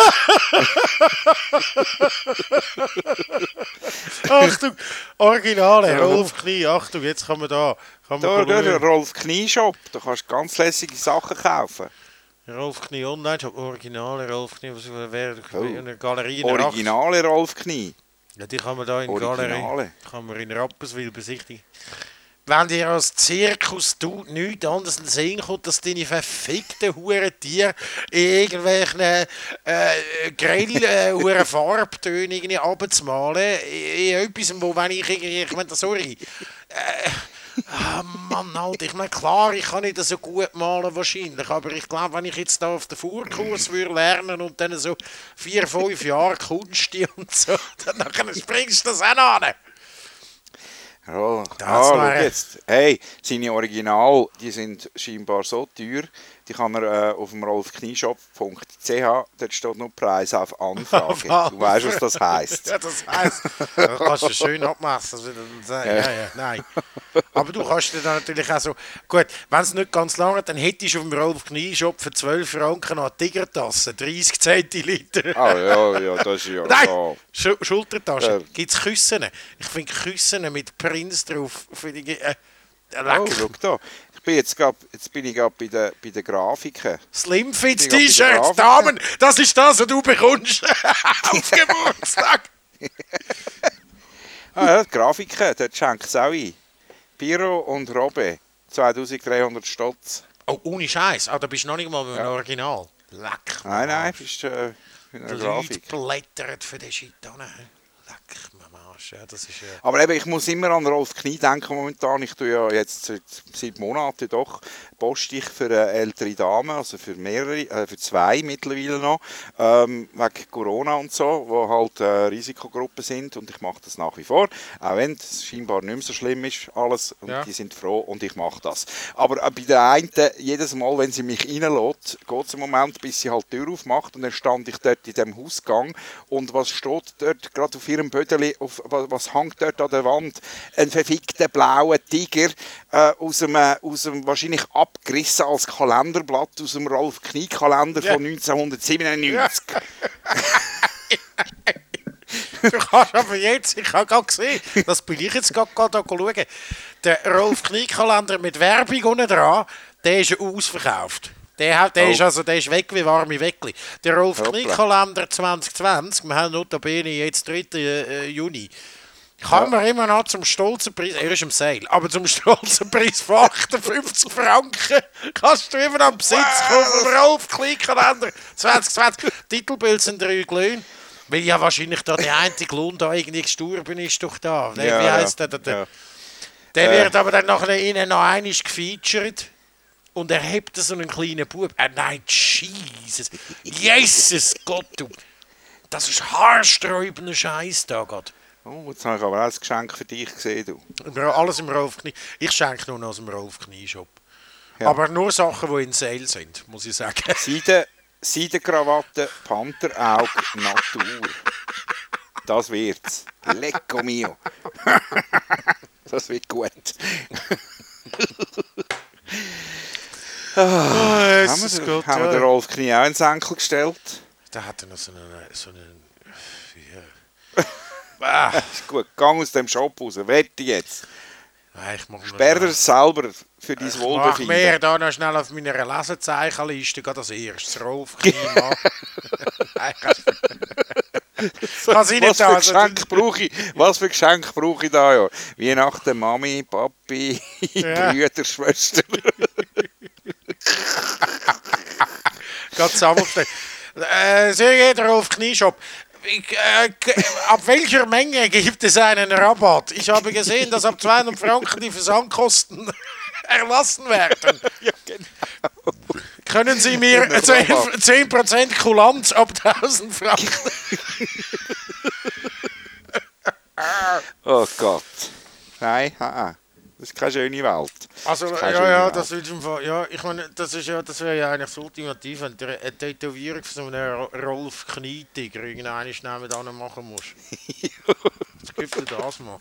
Achtung, Originale, Rolf Knie, Achtung, jetzt kann man da... Da geht der Rolf Knie Shop, da kannst du ganz lässige Sachen kaufen. Rolf Knie Online Shop, originale Rolf Knie, was wäre oh. eine Galerie in Originale Rolf Knie. Ja, die kann man da in der Galerie, kann man in Rapperswil besichtigen. Wenn dir als Zirkus du nichts anderes in den Sinn kommt, dass deine verfickten huren Tiere in irgendwelchen äh, grell äh, huren Farbtönen irgendwie abzumalen, in etwas, wo wenn ich irgendwie, ich meine, sorry, äh, Ah, Mann, halt, ich meine, klar, ich kann nicht so gut malen wahrscheinlich, aber ich glaube, wenn ich jetzt da auf den Vorkurs würde lernen und dann so vier, fünf Jahre Kunst und so, dann springst du das auch noch an. Ja, ah, jetzt. Hey, seine Original, die sind scheinbar so teuer, die kann man äh, auf dem rolf knie shop punkt c h, dort steht nur Preis auf Anfrage. Du weißt, was das heisst. Ja, das heisst, das kannst du schön abmessen. Ja, ja, nein. Aber du kannst dir dann natürlich auch so, gut, wenn es nicht ganz lange, dann hättest du auf dem rolf knie shop für zwölf Franken noch eine Tigertasse, dreißig Zentiliter. Ah ja, ja, das ist ja... Nein, ja. Sch Schultertaschen. Ja. Gibt es Küssen? Ich finde Küssen mit Prinz drauf, finde ich... Äh, oh, schau da. Ich bin jetzt, grad, jetzt bin ich gerade bei den bei der Grafiken. Slimfits T-Shirts, Damen, das ist das, was du bekommst auf Geburtstag. Ah ja, die Grafiken, dort schenkt es auch ein. Piro und Robbe, zweitausenddreihundert Stutz. Oh, ohne Scheiß. Ah, da bist du noch nicht mal mit einem ja. Original. Leck. Nein, nein, bist äh, mit einer Grafik. Die Leute blättern für den Shit an. Leck, Mamasch. Ja, das ist, äh... Aber eben, ich muss immer an Rolf Knie denken momentan. Ich tue ja jetzt seit, seit Monaten doch poste ich für eine ältere Dame, also für mehrere, äh, für zwei mittlerweile noch, ähm, wegen Corona und so, wo halt äh, Risikogruppen sind, und ich mache das nach wie vor, auch wenn es scheinbar nicht mehr so schlimm ist alles, und ja. die sind froh und ich mache das. Aber äh, bei der einen, jedes Mal, wenn sie mich reinlässt, geht es einen Moment, bis sie halt die Tür aufmacht, und dann stand ich dort in dem Hausgang, und was steht dort gerade auf ihrem Bödeli, auf, was, was hängt dort an der Wand? Ein verfickter blauer Tiger äh, aus, einem, aus einem wahrscheinlich abgerissen als Kalenderblatt aus dem Rolf Knie Kalender ja. von neunzehnhundertsiebenundneunzig. Ja. Du kannst aber jetzt, ich habe gerade gesehen, das bin ich jetzt gerade schauen, der Rolf Knie Kalender mit Werbung unten dran, der ist ausverkauft. Der, der, oh. ist also, der ist weg wie warme Weckli. Der Rolf Knie Kalender zwanzig zwanzig, wir haben notabene jetzt dritten Juni, kann man ja. immer noch zum stolzen Preis, er ist im Sale, aber zum stolzen Preis von achtundfünfzig Franken kannst du immer noch am Besitz kommen vom Rolf Knie Kalender zwanzig zwanzig. Titelbild sind drei Glühen, weil ja wahrscheinlich da der eine Glun da irgendwie gestorben ist doch da. Ja, wie heisst ja. der? der, der ja. Der wird aber dann nachher innen noch einmal gefeatured. Und er hebt so einen kleinen Bub. Äh, nein, Jesus. Jesus Gott, du. Das ist haarsträubender Scheiß da, Gott. Oh, jetzt habe ich aber auch ein Geschenk für dich gesehen, du. Alles im Rolf Knie. Ich schenke nur noch aus dem Rolf Knie Shop. Ja. Aber nur Sachen, die in Sale sind, muss ich sagen. Seiden, Seidenkrawatte, Pantherauge, Natur. Das wird's. Lecco mio. Das wird gut. Oh, haben wir, Jesus den, Gott, haben wir ja. den Rolf Knie auch ins Senkel gestellt? Da hat er noch so einen... So einen ja. ah. Ist gut, gang aus dem Shop raus. Wette jetzt. Nein, ich mach Sperr es selber für dein Ich mach Wohlbefinden. mir da noch schnell auf meiner Lesezeichenliste gerade als erstes. Rolf Klima. Nein, kannst kann sie Was nicht für da. Geschenk brauche ich? Was für Geschenk brauche ich da ja? Weihnachten, Mami, Papi, Ja. Brüder, Schwester. Gerade zusammenstellen. Äh, sehr geehrter Rolf Knieshop, ich, äh, k- ab welcher Menge gibt es einen Rabatt? Ich habe gesehen, dass ab zweihundert Franken die Versandkosten erlassen werden. Ja, genau. Können Sie mir Ein zehn Rabatt. zehn Prozent Kulanz ab tausend Franken? Oh Gott. Nein, ha, das ist keine schöne Welt. Also, Das ist keine ja, schöne ja, Welt. das ist im Fall, ja, ich meine, das ist ja, das wäre ja eigentlich das Ultimative, wenn du eine Tätowierung von so einem Ro- Rolf Knietiger irgendeine schnell mit anderen machen musst. Jetzt gibt du das mal.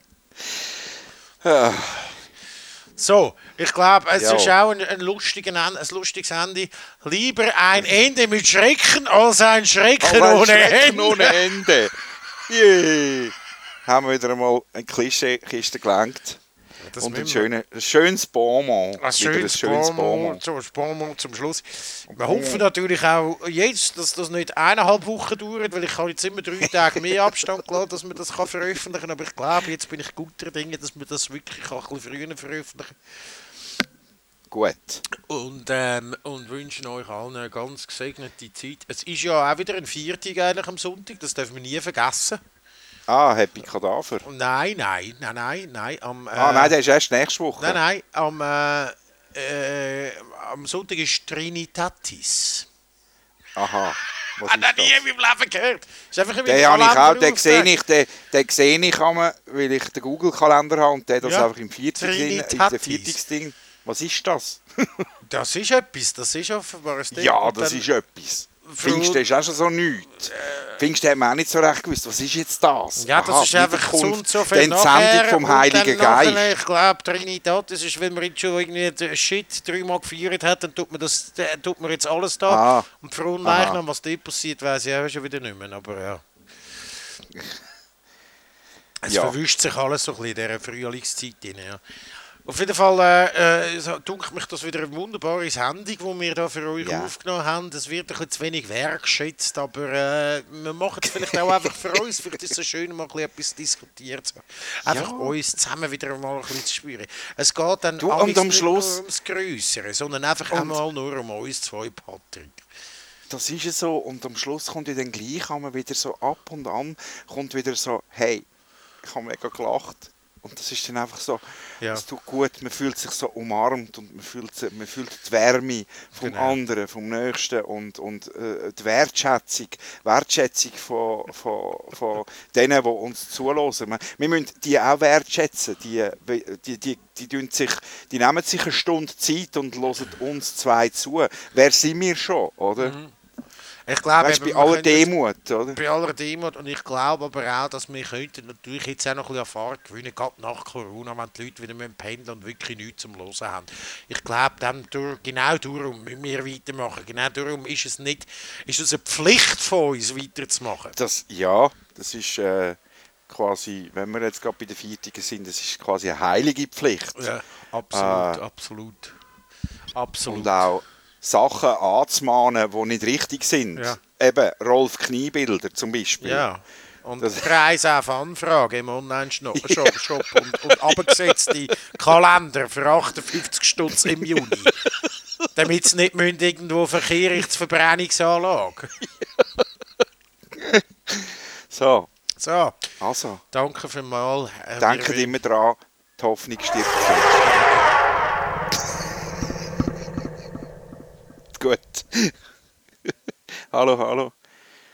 Ah, So, ich glaube, es Ja. ist auch ein, ein, lustiger, Ende- ein lustiges Ende. Lieber ein Ende mit Schrecken als ein Schrecken aber ein ohne Schrecken Ende. ohne Ende. Yeah. Haben wir wieder einmal eine Klischeekiste gelenkt. Das Und ein, müssen wir- schöne, ein schönes Bonbon. Ein Wieder schönes Bonbon, zum, Bonbon zum Schluss. Wir hoffen natürlich auch jetzt, dass das nicht eineinhalb Wochen dauert, weil ich habe jetzt immer drei Tage mehr Abstand gelassen, dass man das kann veröffentlichen kann. Aber ich glaube, jetzt bin ich guter Dinge, dass man das wirklich auch ein bisschen früher veröffentlichen Gut. und, ähm, und wünschen euch allen eine ganz gesegnete Zeit. Es ist ja auch wieder ein Viertag eigentlich am Sonntag, das dürfen wir nie vergessen. Ah, Happy Kadaver. Und nein, nein, nein, nein, nein. Am, äh, Ah, nein, der ist erst nächste Woche. Nein, nein, am, äh, äh, am Sonntag ist Trinitatis. Aha. Was Hat er ist nie das? in meinem Leben gehört. Ist einfach in meinem Den habe ich auch, Kalender den sehe aufgetaucht. ich, den, den sehe ich einmal, weil ich den Google-Kalender habe und der das Ja. einfach im Vierzig drin, in Trinitatis. der Vierzigsding. Was ist das? Das ist etwas, das ist offenbar ein Ding. Ja, Und das dann- ist etwas. Frau- Pfingsten ist auch schon so nichts. Pfingsten hat man auch nicht so recht gewusst. Was ist jetzt das? Ja, das Aha, ist einfach so Wiederkunft, und so die viel Entsendung nachher. vom und Heiligen dann nachher, Geist. Ich glaube, Trinitatis ist, wenn man jetzt schon irgendwie den Shit dreimal gefeiert hat, dann tut man, das, äh, tut man jetzt alles da. Ah. Und Frau und Leichnam, was dort passiert, weiss ich auch schon wieder nicht mehr. Aber ja. Es Ja. verwischt sich alles so ein bisschen in dieser Frühlingszeit rein, ja. Auf jeden Fall äh, äh, so dunkelt mich das wieder eine wunderbare Sendung, die wir da für euch Ja. aufgenommen haben. Es wird ein bisschen zu wenig wertgeschätzt, aber äh, wir machen es vielleicht auch einfach für uns. Vielleicht ist es so schön, mal ein bisschen etwas diskutiert zu haben. Einfach Ja. uns zusammen wieder mal ein bisschen zu spüren. Es geht dann Du, amigs und am nicht Schluss- nur ums Grössere, sondern einfach Und- einmal nur um uns zwei, Patrick. Das ist es so. Und am Schluss kommt ja dann gleich einmal wieder so ab und an, kommt wieder so, hey, ich habe mega gelacht. Und das ist dann einfach so, Ja. es tut gut, man fühlt sich so umarmt und man fühlt, sich- man fühlt die Wärme vom Genau. anderen, vom Nächsten und, und äh, die Wertschätzung, Wertschätzung von, von, von denen, die uns zuhören. Wir, wir müssen die auch wertschätzen. Die, die, die, die, tun sich, die nehmen sich eine Stunde Zeit und hören uns zwei zu. Wer sind wir schon, oder? Ich glaube, Weißt, eben, bei wir aller können jetzt- Demut, oder? Bei aller Demut. Und ich glaube aber auch, dass wir könnten natürlich jetzt auch noch ein bisschen Erfahrung gewinnen, gerade nach Corona, wenn die Leute wieder mit dem Pendeln und wirklich nichts zum Hören haben. Ich glaube, dann durch, genau darum müssen wir weitermachen. Genau darum ist es nicht, ist es eine Pflicht von uns, weiterzumachen. Das, ja, das ist äh, quasi, wenn wir jetzt gerade bei den Viertigen sind, das ist quasi eine heilige Pflicht. Ja, absolut, Äh. absolut. Absolut. Und auch Sachen anzumahnen, die nicht richtig sind. Ja. Eben Rolf Kniebilder zum Beispiel. Ja. Und Das- Preis auf Anfrage im Online-Shop Shop und, und abgesetzte Kalender für achtundfünfzig Stutz im Juni. Damit sie nicht müssen irgendwo Verkehrungsverbrennungsanlage. So, So, also, danke vielmals. Äh, denkt wir- immer dran, Die Hoffnung stirbt zuletzt. Gut. Hallo, hallo.